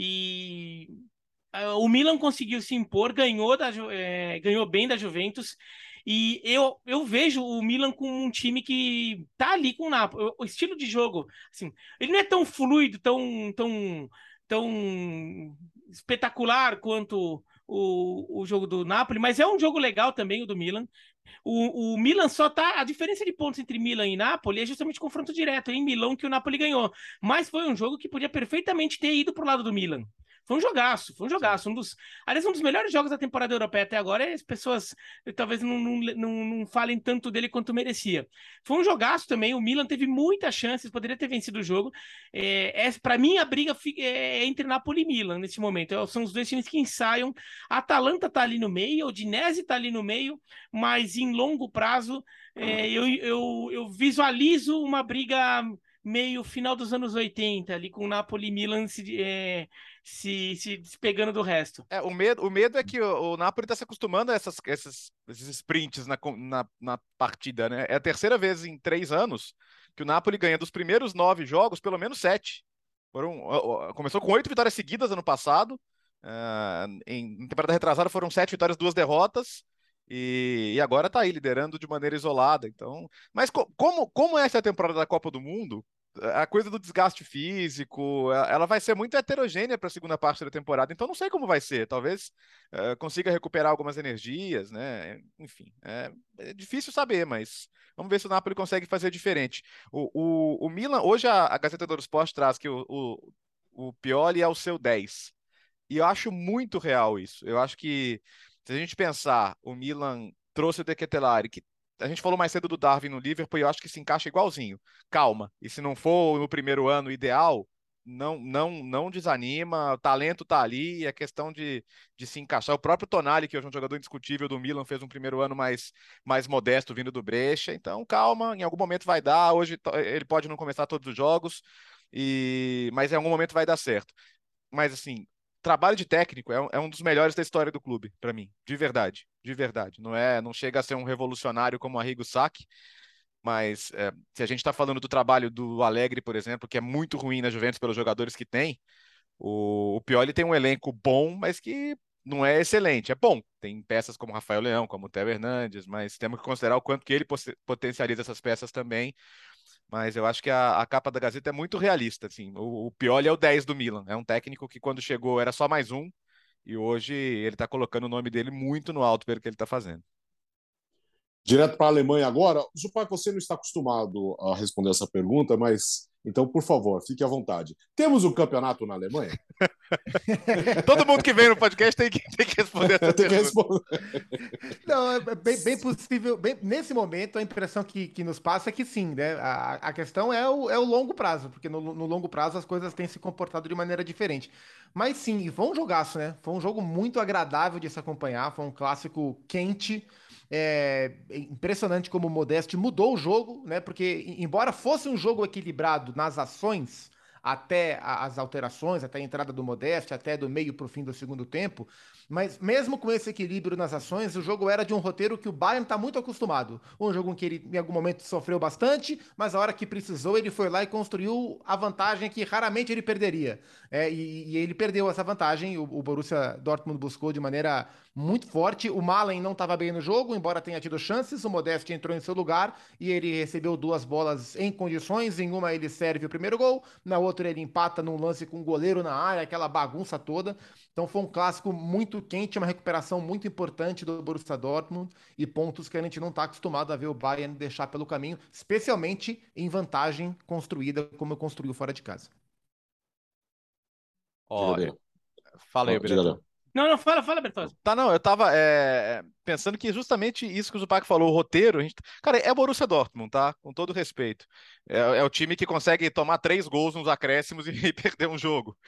E ah, o Milan conseguiu se impor, ganhou, da, Ju- é, ganhou bem da Juventus. E eu, eu vejo o Milan como um time que tá ali com o Napoli. O, o estilo de jogo, assim, ele não é tão fluido, tão, tão, tão espetacular quanto o, o jogo do Napoli, mas é um jogo legal também, o do Milan. O, o Milan só tá. A diferença de pontos entre Milan e Napoli é justamente confronto direto em Milão que o Napoli ganhou. Mas foi um jogo que podia perfeitamente ter ido pro lado do Milan. Foi um jogaço, foi um jogaço. Um dos, aliás, um dos melhores jogos da temporada europeia até agora. E as pessoas eh, talvez não, não, não, não falem tanto dele quanto merecia. Foi um jogaço também. O Milan teve muitas chances, poderia ter vencido o jogo. É, é, para mim, a briga fi- é entre Napoli e Milan nesse momento. É, são os dois times que ensaiam. A Atalanta tá ali no meio, a Udinese tá ali no meio, mas em longo prazo é, eu, eu, eu visualizo uma briga meio final dos anos oitenta, ali com o Napoli e Milan se, é, se, se despegando do resto. É, o medo, o medo é que o, o Napoli está se acostumando a essas, essas, esses sprints na, com- na, na partida, né? É a terceira vez em três anos que o Napoli ganha dos primeiros nove jogos, pelo menos sete. Foram, ó, ó, começou com oito vitórias seguidas ano passado. ah, em, em temporada retrasada foram sete vitórias, duas derrotas. E, e agora está aí liderando de maneira isolada. Então, mas co- como, como essa é a temporada da Copa do Mundo, a coisa do desgaste físico, a- ela vai ser muito heterogênea para a segunda parte da temporada, então não sei como vai ser. Talvez eh, consiga recuperar algumas energias, né? Enfim, é, é difícil saber, mas vamos ver se o Napoli consegue fazer diferente. O, o, o Milan, hoje a, a Gazeta dello Sport traz que o, o, o Pioli é o seu dez. E eu acho muito real isso. Eu acho que, se a gente pensar, o Milan trouxe o De Ketelaere, que a gente falou mais cedo do Darwin no Liverpool, e eu acho que se encaixa igualzinho. Calma. E se não for no primeiro ano ideal, não, não, não desanima, o talento tá ali, é questão de, de se encaixar. O próprio Tonali, que hoje é um jogador indiscutível do Milan, fez um primeiro ano mais, mais modesto vindo do Brescia, então calma, em algum momento vai dar, hoje ele pode não começar todos os jogos, e... mas em algum momento vai dar certo. Mas assim, trabalho de técnico é um, é um dos melhores da história do clube, para mim, de verdade, de verdade. Não é, não chega a ser um revolucionário como o Arrigo Sacchi, mas é, se a gente está falando do trabalho do Allegri, por exemplo, que é muito ruim na Juventus pelos jogadores que tem, o, o Pioli tem um elenco bom, mas que não é excelente. É bom, tem peças como Rafael Leão, como o Theo Hernandes, mas temos que considerar o quanto que ele potencializa essas peças também. Mas eu acho que a, a capa da Gazeta é muito realista. Assim. O, o Pioli é o dez do Milan, é um técnico que quando chegou era só mais um, e hoje ele está colocando o nome dele muito no alto pelo que ele está fazendo. Direto para a Alemanha agora. Zupac, você não está acostumado a responder essa pergunta, mas então, por favor, fique à vontade. Temos um campeonato na Alemanha? Todo mundo que vem no podcast tem que, tem que responder essa tem pergunta. Que responder. Não, é bem, bem possível. Bem, nesse momento, a impressão que, que nos passa é que sim, né? A, a questão é o, é o longo prazo, porque no, no longo prazo as coisas têm se comportado de maneira diferente. Mas sim, foi um jogaço, né? Foi um jogo muito agradável de se acompanhar, foi um clássico quente. É impressionante como o Modeste mudou o jogo, né? Porque, embora fosse um jogo equilibrado nas ações, até as alterações, até a entrada do Modeste, até do meio para o fim do segundo tempo, mas mesmo com esse equilíbrio nas ações, o jogo era de um roteiro que o Bayern está muito acostumado. Um jogo em que ele, em algum momento, sofreu bastante, mas a hora que precisou, ele foi lá e construiu a vantagem que raramente ele perderia. É, e, e ele perdeu essa vantagem, o, o Borussia Dortmund buscou de maneira muito forte. O Malen não estava bem no jogo, embora tenha tido chances, o Modeste entrou em seu lugar e ele recebeu duas bolas em condições. Em uma ele serve o primeiro gol, na outra ele empata num lance com o goleiro na área, aquela bagunça toda. Então foi um clássico muito quente, uma recuperação muito importante do Borussia Dortmund e pontos que a gente não está acostumado a ver o Bayern deixar pelo caminho, especialmente em vantagem construída como construiu fora de casa. Ó, eu... Fala aí, Bertão. Não, não, fala, fala, Bertozzi. Tá, não, eu tava é, pensando que justamente isso que o Zupac falou, o roteiro, a gente... cara, é Borussia Dortmund, tá? Com todo respeito. É, é o time que consegue tomar três gols nos acréscimos e, e perder um jogo.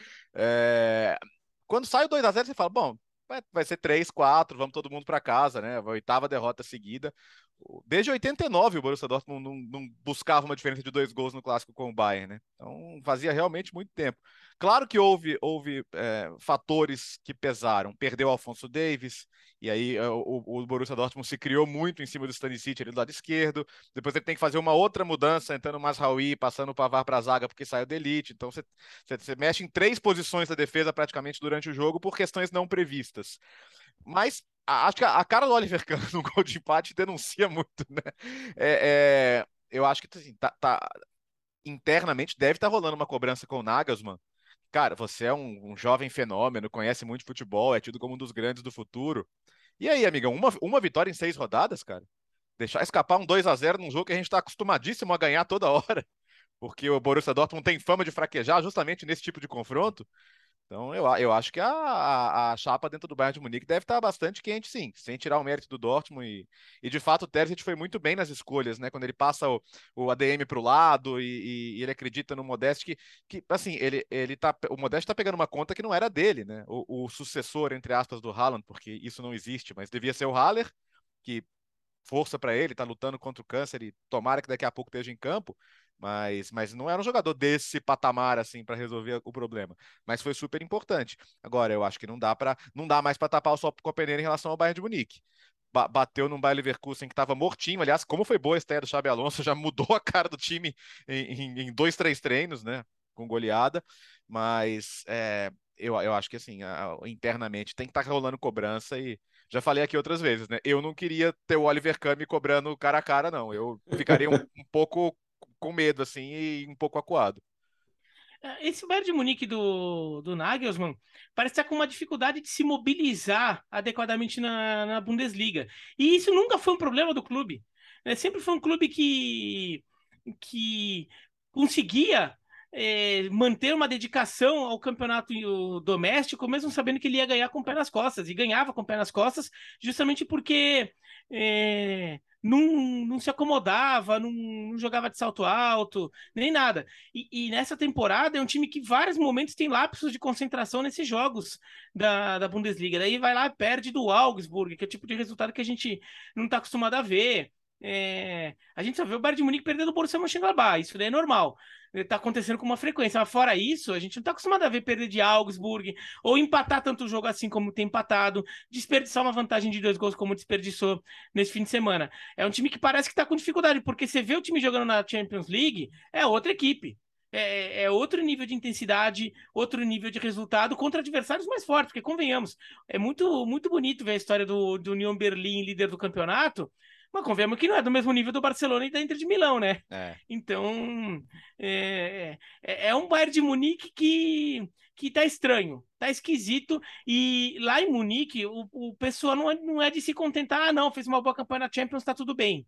É... Quando sai o dois a zero, você fala, bom, vai, vai ser três, quatro, vamos todo mundo para casa, né? A oitava derrota seguida. Desde oitenta e nove o Borussia Dortmund não, não buscava uma diferença de dois gols no clássico com o Bayern, né? Então fazia realmente muito tempo. Claro que houve, houve é, fatores que pesaram. Perdeu o Alphonso Davies, e aí o, o Borussia Dortmund se criou muito em cima do Stanisic ali do lado esquerdo. Depois ele tem que fazer uma outra mudança, entrando o Mazraoui, passando o Pavard para a zaga porque saiu do Elite. Então você, você, você mexe em três posições da defesa praticamente durante o jogo por questões não previstas. Mas acho que a cara do Oliver Kahn no gol de empate denuncia muito, né? É, é, eu acho que assim, tá, tá, internamente deve estar tá rolando uma cobrança com o Nagelsmann. Cara, você é um, um jovem fenômeno, conhece muito futebol, é tido como um dos grandes do futuro. E aí, amigão, uma, uma vitória em seis rodadas, cara? Deixar escapar um dois a zero num jogo que a gente está acostumadíssimo a ganhar toda hora, porque o Borussia Dortmund tem fama de fraquejar justamente nesse tipo de confronto. Então, eu, eu acho que a, a, a chapa dentro do Bayern de Munique deve estar bastante quente, sim, sem tirar o mérito do Dortmund. E, e de fato, o Terzic foi muito bem nas escolhas, né? Quando ele passa o, o A D M para o lado e, e, e ele acredita no Modeste, que, que assim, ele, ele tá, o Modeste está pegando uma conta que não era dele, né? O, o sucessor, entre aspas, do Haaland, porque isso não existe, mas devia ser o Haller, que força para ele, tá lutando contra o câncer e tomara que daqui a pouco esteja em campo. Mas, mas não era um jogador desse patamar assim para resolver o problema, mas foi super importante. Agora eu acho que não dá para não dá mais para tapar o sol com a peneira em relação ao Bayern de Munique. Ba bateu num Bayer Leverkusen que estava mortinho, aliás, como foi boa a estreia do Xabi Alonso, já mudou a cara do time em, em, em dois, três treinos, né, com goleada, mas é, eu, eu acho que assim, a, internamente tem que estar tá rolando cobrança e já falei aqui outras vezes, né, eu não queria ter o Oliver Kahn me cobrando cara a cara, não, eu ficaria um, um pouco com medo, assim, e um pouco acuado. Esse Bayern de Munique do, do Nagelsmann parece estar com uma dificuldade de se mobilizar adequadamente na, na Bundesliga. E isso nunca foi um problema do clube. É, sempre foi um clube que, que conseguia é, manter uma dedicação ao campeonato doméstico, mesmo sabendo que ele ia ganhar com o pé nas costas. E ganhava com o pé nas costas, justamente porque... É, não, não se acomodava, não, não jogava de salto alto, nem nada. E, e nessa temporada é um time que, em vários momentos, tem lapsos de concentração nesses jogos da, da Bundesliga. Daí vai lá e perde do Augsburg, que é o tipo de resultado que a gente não está acostumado a ver. É, a gente só vê o Bayern de Munique perder do Borussia Mönchengladbach, isso daí é normal. Tá acontecendo com uma frequência, mas fora isso, a gente não tá acostumado a ver perder de Augsburg, ou empatar tanto jogo assim como tem empatado, desperdiçar uma vantagem de dois gols como desperdiçou nesse fim de semana. É um time que parece que tá com dificuldade, porque você vê o time jogando na Champions League, é outra equipe. É, é outro nível de intensidade, outro nível de resultado contra adversários mais fortes, porque convenhamos, é muito, muito bonito ver a história do, do Union Berlin, líder do campeonato, mas convenhamos que não é do mesmo nível do Barcelona e da Inter de Milão, né? É. Então, é, é, é um Bayern de Munique que, que tá estranho, tá esquisito. E lá em Munique, o, o pessoal não é, não é de se contentar, ah, não, fez uma boa campanha na Champions, tá tudo bem.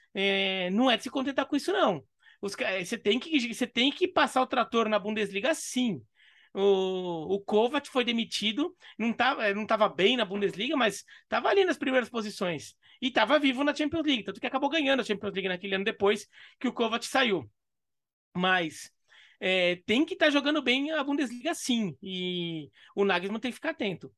É, não é de se contentar com isso, não. Os, você, tem que, você tem que passar o trator na Bundesliga, sim. O, o Kovac foi demitido, não estava não tava bem na Bundesliga, mas estava ali nas primeiras posições. E estava vivo na Champions League, tanto que acabou ganhando a Champions League naquele ano depois que o Kovac saiu. Mas é, tem que estar tá jogando bem a Bundesliga, sim. E o Nagelsmann tem que ficar atento.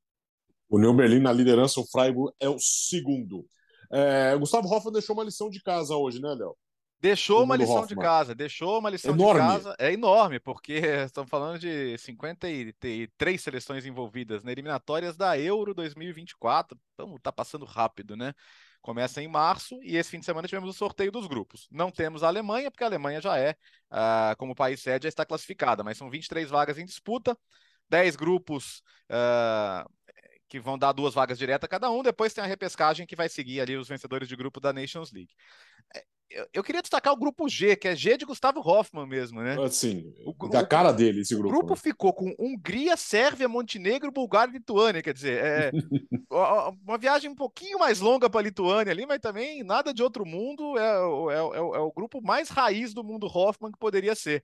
O Union Berlin na liderança, o Freiburg é o segundo. É, Gustavo Hoffmann deixou uma lição de casa hoje, né, Léo? Deixou uma lição Hoffmann. de casa, deixou uma lição enorme. de casa. É enorme, porque estamos falando de cinquenta e três seleções envolvidas nas eliminatórias da Euro dois mil e vinte e quatro. Então tá passando rápido, né? Começa em março e esse fim de semana tivemos o sorteio dos grupos. Não temos a Alemanha, porque a Alemanha já é, uh, como país sede, já está classificada, mas são vinte e três vagas em disputa, dez grupos uh, que vão dar duas vagas diretas cada um, depois tem a repescagem que vai seguir ali os vencedores de grupo da Nations League. Eu, eu queria destacar o grupo G, que é G de Gustavo Hoffmann mesmo, né? Assim, o, da o, cara dele esse grupo. O grupo né? ficou com Hungria, Sérvia, Montenegro, Bulgária e Lituânia, quer dizer, é uma viagem um pouquinho mais longa para a Lituânia ali, mas também nada de outro mundo, é, é, é, é o grupo mais raiz do mundo Hoffmann que poderia ser.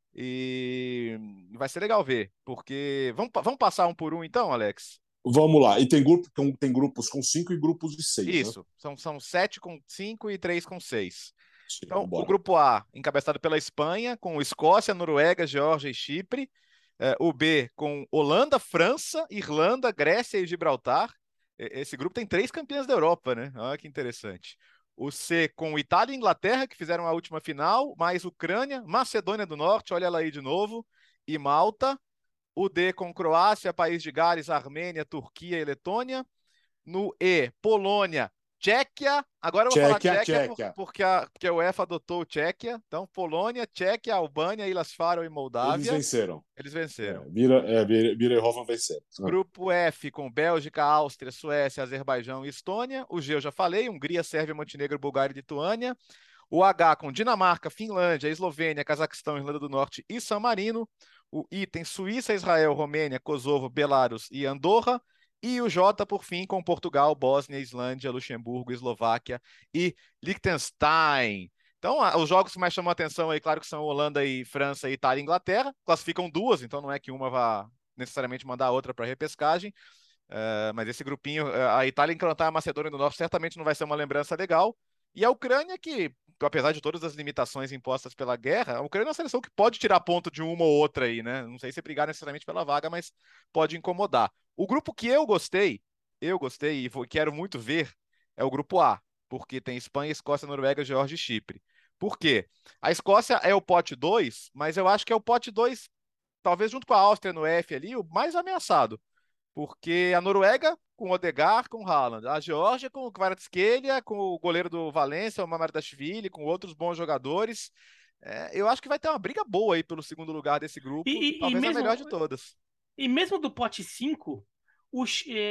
E vai ser legal ver, porque... Vamos, vamos passar um por um então, Alex? Vamos lá. E tem, grupo, tem, tem grupos com cinco e grupos de seis. Isso. Né? São, são sete com cinco e três com seis. Sim, então, bora. o grupo A, encabeçado pela Espanha, com Escócia, Noruega, Geórgia e Chipre. É, o B, com Holanda, França, Irlanda, Grécia e Gibraltar. Esse grupo tem três campeãs da Europa, né? Olha que interessante. O C, com Itália e Inglaterra, que fizeram a última final, mais Ucrânia, Macedônia do Norte, olha ela aí de novo, e Malta. O D com Croácia, País de Gales, Armênia, Turquia e Letônia. No E, Polônia, Tchequia. Agora eu vou Tchequia, falar Tchequia, Tchequia. porque a, porque a UEFA adotou Tchequia. Então, Polônia, Tchequia, Albânia, Ilhas Faroe e Moldávia. Eles venceram. Eles venceram. É, Bira, é, Bira e Hoffmann venceram. Grupo F com Bélgica, Áustria, Suécia, Azerbaijão e Estônia. O G eu já falei, Hungria, Sérvia, Montenegro, Bulgária e Lituânia. O H com Dinamarca, Finlândia, Eslovênia, Cazaquistão, Irlanda do Norte e San Marino. O I tem Suíça, Israel, Romênia, Kosovo, Belarus e Andorra. E o J, por fim, com Portugal, Bósnia, Islândia, Luxemburgo, Eslováquia e Liechtenstein. Então, os jogos que mais chamam a atenção aí, claro que são Holanda e França, Itália e Inglaterra. Classificam duas, então não é que uma vá necessariamente mandar a outra para a repescagem. Uh, mas esse grupinho, a Itália encantar a Macedônia do Norte certamente não vai ser uma lembrança legal. E a Ucrânia, que, apesar de todas as limitações impostas pela guerra, a Ucrânia é uma seleção que pode tirar ponto de uma ou outra aí, né? Não sei se brigar necessariamente pela vaga, mas pode incomodar. O grupo que eu gostei, eu gostei e quero muito ver, é o grupo A, porque tem Espanha, Escócia, Noruega, Geórgia e Chipre. Por quê? A Escócia é o pote dois, mas eu acho que é o pote dois, talvez junto com a Áustria no F ali, o mais ameaçado. Porque a Noruega com o Odegaard, com o Haaland. A Geórgia com o Kvaratskhelia, com o goleiro do Valência, o Mamardashvili, com outros bons jogadores. É, eu acho que vai ter uma briga boa aí pelo segundo lugar desse grupo. E, e, talvez e mesmo, a melhor de todas. E mesmo do pote cinco, o,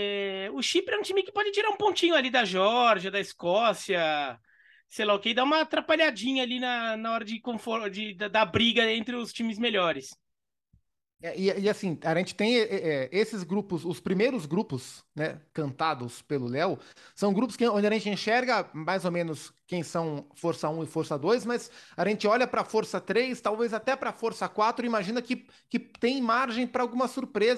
é, o Chipre é um time que pode tirar um pontinho ali da Geórgia, da Escócia, sei lá o que, e dar uma atrapalhadinha ali na, na hora de, de, da, da briga entre os times melhores. E, e assim, a gente tem é, esses grupos, os primeiros grupos, né, cantados pelo Léo, são grupos que, onde a gente enxerga mais ou menos quem são Força um e Força dois, mas a gente olha para Força três, talvez até para Força quatro, e imagina que, que tem margem para alguma surpresa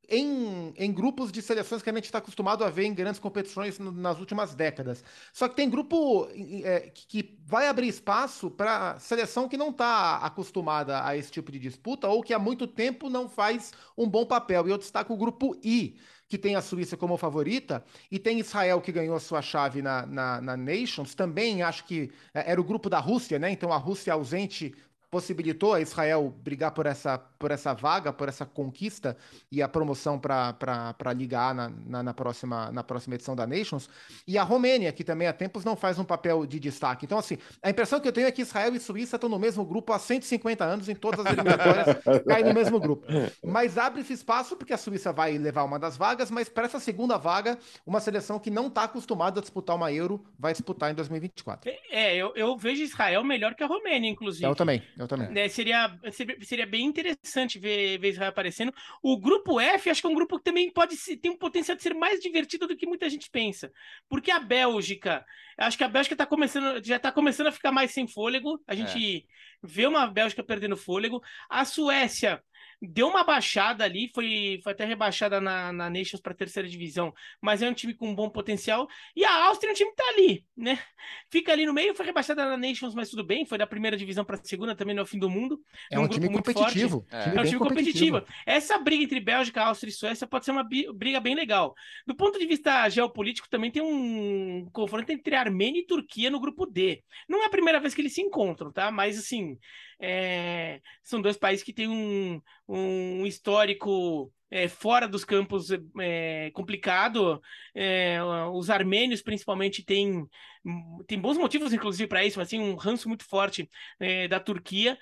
em, em grupos de seleções que a gente está acostumado a ver em grandes competições no, nas últimas décadas. Só que tem grupo é, que, que vai abrir espaço para seleção que não está acostumada a esse tipo de disputa ou que há muito tempo não faz um bom papel. E eu destaco o grupo I, que tem a Suíça como favorita, e tem Israel que ganhou a sua chave na, na, na Nations. Também acho que é, era o grupo da Rússia, né? Então a Rússia ausente possibilitou a Israel brigar por essa, por essa vaga, por essa conquista e a promoção para a Liga A na, na, na, próxima, na próxima edição da Nations. E a Romênia, que também há tempos não faz um papel de destaque. Então, assim, a impressão que eu tenho é que Israel e Suíça estão no mesmo grupo há cento e cinquenta anos, em todas as eliminatórias, caem no mesmo grupo. Mas abre-se espaço, porque a Suíça vai levar uma das vagas, mas para essa segunda vaga, uma seleção que não está acostumada a disputar uma Euro vai disputar em dois mil e vinte e quatro. É, eu, eu vejo Israel melhor que a Romênia, inclusive. Eu também, eu também. É, seria, seria, seria bem interessante ver, ver Israel aparecendo. O grupo F, acho que é um grupo que também pode ser, tem um potencial de ser mais divertido do que muita gente pensa. Porque a Bélgica, acho que a Bélgica tá começando, já está começando a ficar mais sem fôlego. A gente é. vê uma Bélgica perdendo fôlego. A Suécia deu uma baixada ali, foi, foi até rebaixada na, na Nations para a terceira divisão, mas é um time com um bom potencial. E a Áustria é um time que tá ali, né? Fica ali no meio, foi rebaixada na Nations, mas tudo bem, foi da primeira divisão para a segunda, também não é o fim do mundo. É um, um time competitivo. É, time é um time competitivo. competitivo. Essa briga entre Bélgica, Áustria e Suécia pode ser uma briga bem legal. Do ponto de vista geopolítico, também tem um confronto entre Armênia e Turquia no grupo D. Não é a primeira vez que eles se encontram, tá? Mas, assim, é... são dois países que têm um um histórico é, fora dos campos é, complicado. É, os armênios, principalmente, têm, têm bons motivos, inclusive, para isso, mas assim, um ranço muito forte é, da Turquia.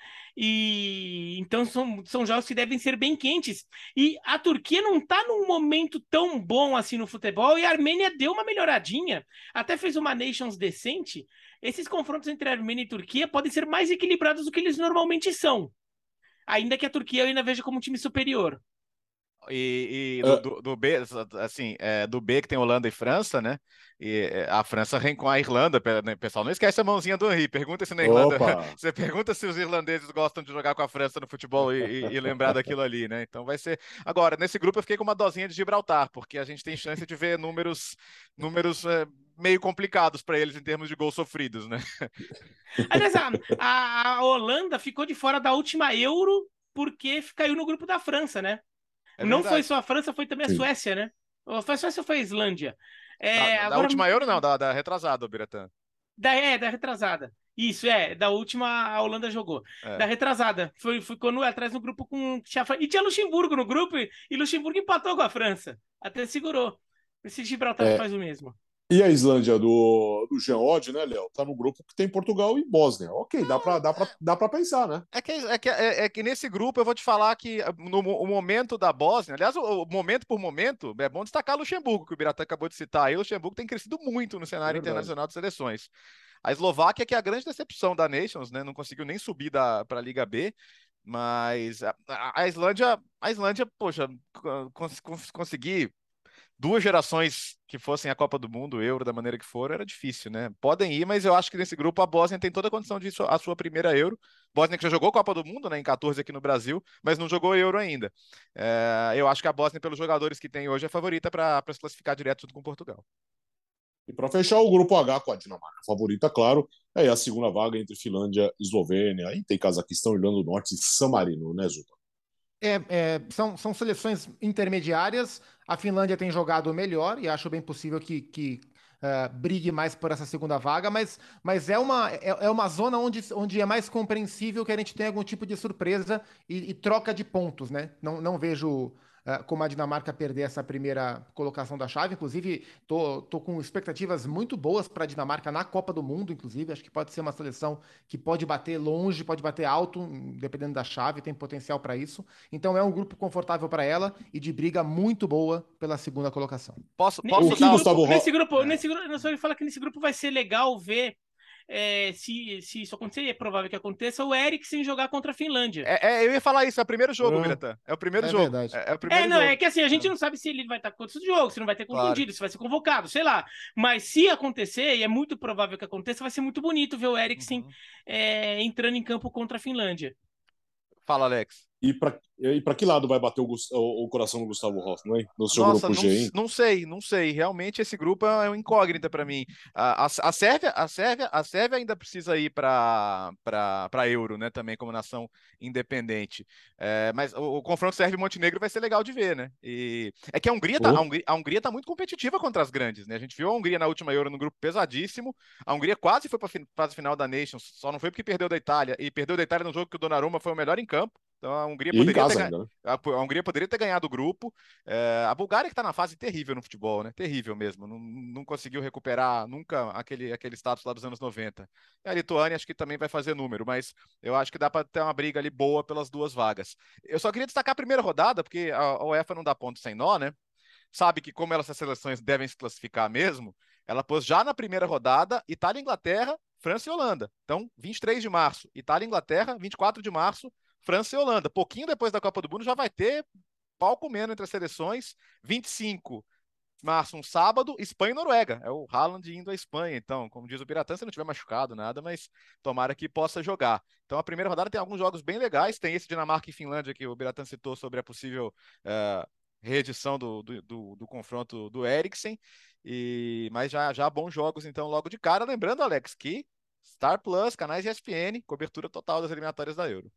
E então são, são jogos que devem ser bem quentes. E a Turquia não está num momento tão bom assim no futebol, e a Armênia deu uma melhoradinha, até fez uma Nations decente. Esses confrontos entre a Armênia e a Turquia podem ser mais equilibrados do que eles normalmente são. Ainda que a Turquia eu ainda veja como um time superior. E, e do, do, do B, assim, é, do B que tem Holanda e França, né? E a França vem com a Irlanda, pessoal. Não esquece a mãozinha do Henry. Pergunta se na Irlanda. Opa. Você pergunta se os irlandeses gostam de jogar com a França no futebol e, e, e lembrar daquilo ali, né? Então vai ser. Agora, nesse grupo eu fiquei com uma dosinha de Gibraltar, porque a gente tem chance de ver números, números é, meio complicados para eles em termos de gols sofridos, né? Aliás, a, a Holanda ficou de fora da última Euro porque caiu no grupo da França, né? É não foi só a França, foi também a Sim. Suécia, né? Foi a Suécia ou foi a Islândia? É, da, da agora... última Euro, não, da, da retrasada, Biratã. Da, é, da retrasada. Isso, é. Da última, a Holanda jogou. É. Da retrasada. Foi, ficou no, atrás no grupo com... E tinha Luxemburgo no grupo, e, e Luxemburgo empatou com a França. Até segurou. Esse Gibraltar é. faz o mesmo. E a Islândia do, do Jean Odde, né, Léo? Tá no grupo que tem Portugal e Bósnia. Ok, dá pra, dá pra, dá pra pensar, né? É que, é, que, é, é que nesse grupo eu vou te falar que no o momento da Bósnia, aliás, o, o momento por momento, é bom destacar Luxemburgo, que o Biratã acabou de citar aí. O Luxemburgo tem crescido muito no cenário Verdade. internacional de seleções. A Eslováquia, que é a grande decepção da Nations, né? Não conseguiu nem subir da, pra Liga B. Mas a, a, a Islândia, a Islândia, poxa, cons, cons, conseguir duas gerações que fossem a Copa do Mundo, o Euro, da maneira que for, era difícil, né? Podem ir, mas eu acho que nesse grupo a Bósnia tem toda a condição de ir a sua primeira Euro. Bósnia que já jogou Copa do Mundo, né, em quatorze aqui no Brasil, mas não jogou Euro ainda. É, eu acho que a Bósnia, pelos jogadores que tem hoje, é favorita para se classificar direto junto com Portugal. E para fechar o grupo H com a Dinamarca favorita, claro, é a segunda vaga entre Finlândia e Eslovênia. Aí tem Cazaquistão, Irlanda do Norte e San Marino, né, Zupa? É, é, são, são seleções intermediárias. A Finlândia tem jogado melhor e acho bem possível que, que uh, brigue mais por essa segunda vaga, mas, mas é, uma, é, é uma zona onde, onde é mais compreensível que a gente tenha algum tipo de surpresa e, e troca de pontos, né? Não, não vejo uh, como a Dinamarca perder essa primeira colocação da chave. Inclusive, tô, tô com expectativas muito boas para a Dinamarca na Copa do Mundo, inclusive. Acho que pode ser uma seleção que pode bater longe, pode bater alto, dependendo da chave, tem potencial para isso. Então é um grupo confortável para ela e de briga muito boa pela segunda colocação. Posso, posso nesse, dar grupo, nesse grupo, é. nesse grupo, nesse grupo, fala que nesse grupo vai ser legal ver é, se, se isso acontecer, é provável que aconteça, o Eriksen jogar contra a Finlândia. É, é, eu ia falar isso, é o primeiro jogo, é. Biratã. É o primeiro é jogo. Verdade. É, é o primeiro é, não, jogo. é que assim, a gente não sabe se ele vai estar com condição de jogo, se não vai ter contundido, claro. se vai ser convocado, sei lá. Mas se acontecer, e é muito provável que aconteça, vai ser muito bonito ver o Eriksen uhum. é, entrando em campo contra a Finlândia. Fala, Alex. E para e para que lado vai bater o, o, o coração do Gustavo Hoffmann, hein? No seu Nossa, grupo não, G, hein? não sei, não sei. Realmente esse grupo é uma incógnita para mim. A, a, a Sérvia, a Sérvia, a Sérvia ainda precisa ir para para Euro, né? Também como nação independente. É, mas o, o confronto Sérvia e Montenegro vai ser legal de ver, né? E é que a Hungria tá, a Hungria, a Hungria tá muito competitiva contra as grandes, né? A gente viu a Hungria na última Euro no grupo pesadíssimo. A Hungria quase foi para a fase final da Nations, só não foi porque perdeu da Itália e perdeu da Itália no jogo que o Donnarumma foi o melhor em campo. Então a Hungria E em poderia ter, casa ainda, né? a, a Hungria poderia ter ganhado o grupo. É, a Bulgária que está na fase terrível no futebol, né? Terrível mesmo. Não, não conseguiu recuperar nunca aquele, aquele status lá dos anos noventa. E a Lituânia acho que também vai fazer número, mas eu acho que dá para ter uma briga ali boa pelas duas vagas. Eu só queria destacar a primeira rodada, porque a, a UEFA não dá ponto sem nó, né? Sabe que como elas, as seleções devem se classificar mesmo, ela pôs já na primeira rodada Itália e Inglaterra, França e Holanda. Então, vinte e três de março, Itália e Inglaterra, vinte e quatro de março, França e Holanda. Pouquinho depois da Copa do Mundo já vai ter pau comendo entre as seleções. vinte e cinco de março, um sábado, Espanha e Noruega. É o Haaland indo à Espanha. Então, como diz o Biratã, se não tiver machucado, nada, mas tomara que possa jogar. Então, a primeira rodada tem alguns jogos bem legais. Tem esse Dinamarca e Finlândia que o Biratã citou sobre a possível uh, reedição do, do, do, do confronto do Eriksen. E, mas já, já bons jogos, então, logo de cara. Lembrando, Alex, que Star Plus, canais E S P N, cobertura total das eliminatórias da Euro.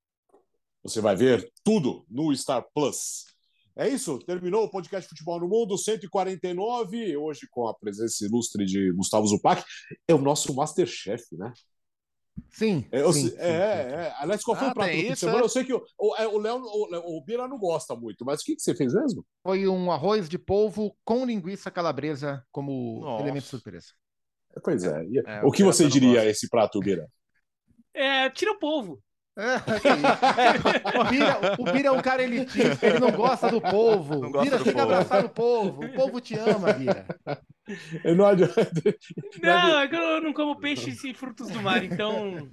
Você vai ver tudo no Star Plus. É isso, terminou o podcast Futebol no Mundo cento e quarenta e nove, hoje com a presença ilustre de Gustavo Zupac. É o nosso Masterchef, né? Sim, é, eu, sim, é, sim, é, sim. é. Aliás, qual foi Ah, o prato do tem fim de isso, semana? é? Eu sei que o, o, o Léo, o, o Bira não gosta muito, mas o que, que você fez mesmo? Foi um arroz de polvo com linguiça calabresa como elemento Nossa. surpresa. Pois é. E- É, o o que você Biratã não diria a gosta. esse prato, Bira? É, tira o polvo. É, que isso. O Bira, o Bira é um cara elitista, ele não gosta do povo. Não gosta Bira, do tem que povo. abraçar o povo. O povo te ama, Bira. Não adianta. não Não, adianta. é que eu não como peixes e frutos do mar, então.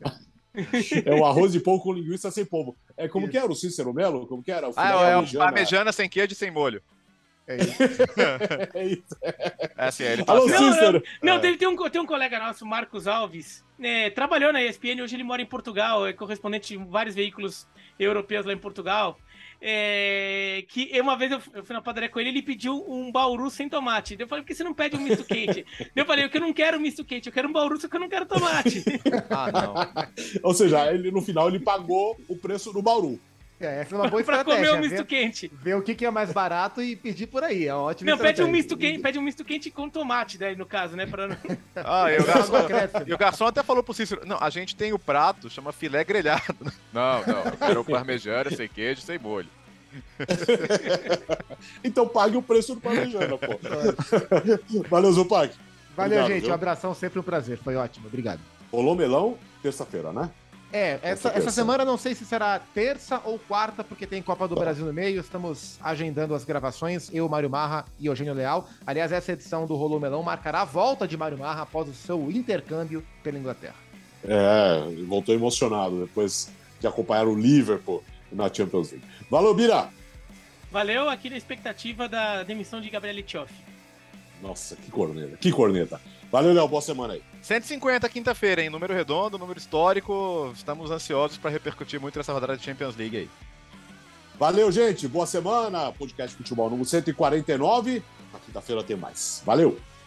É o arroz de polvo com linguiça sem polvo. É como Isso. que era o Cícero Melo? Como que era? O filé Ah, é o parmegiana? parmegiana sem queijo e sem molho. É isso. É isso. É assim, ele tá Alô, certo. Não, Cícero. não, É. teve, tem, um, tem um colega nosso, Marcos Alves, né, trabalhou na E S P N, hoje ele mora em Portugal, é correspondente de vários veículos europeus lá em Portugal. É, que eu, uma vez eu, eu fui na padaria com ele, ele pediu um bauru sem tomate. Daí eu falei, por que você não pede um misto quente? Daí eu falei, eu que não quero misto quente, eu quero um bauru, só que eu não quero tomate. Ah, não. Ou seja, ele, no final ele pagou o preço do Bauru. É, essa é uma boa pra estratégia. comer um misto ver, quente. ver o que, que é mais barato e pedir por aí. É uma ótima Não, pede um estratégia. misto quente, pede um misto quente com tomate, daí, no caso, né? Pra não... Ah, e o, garçom, Acresce. e o garçom até falou pro Cícero, não, a gente tem o prato, chama filé grelhado. Não, não, eu quero o parmegiana sem queijo, sem molho. Então pague o preço do parmegiana, pô. Valeu, Zupac. Valeu, Obrigado, gente. viu? Um abração, sempre um prazer. Foi ótimo. Obrigado. Rolou melão, terça-feira, né? É, essa, essa semana não sei se será terça ou quarta, porque tem Copa do Brasil no meio. Estamos agendando as gravações, eu, Mário Marra e Eugênio Leal. Aliás, essa edição do Rolô Melão marcará a volta de Mário Marra após o seu intercâmbio pela Inglaterra. É, voltou emocionado depois de acompanhar o Liverpool na Champions League. Valeu, Bira! Valeu, aqui na expectativa da demissão de Gabriel Tioff. Nossa, que corneta, que corneta. Valeu, Léo, boa semana aí. cento e cinquenta quinta-feira, hein? Número redondo, número histórico. Estamos ansiosos para repercutir muito essa rodada de Champions League aí. Valeu, gente, boa semana. Podcast Futebol número cento e quarenta e nove. Na quinta-feira tem mais. Valeu!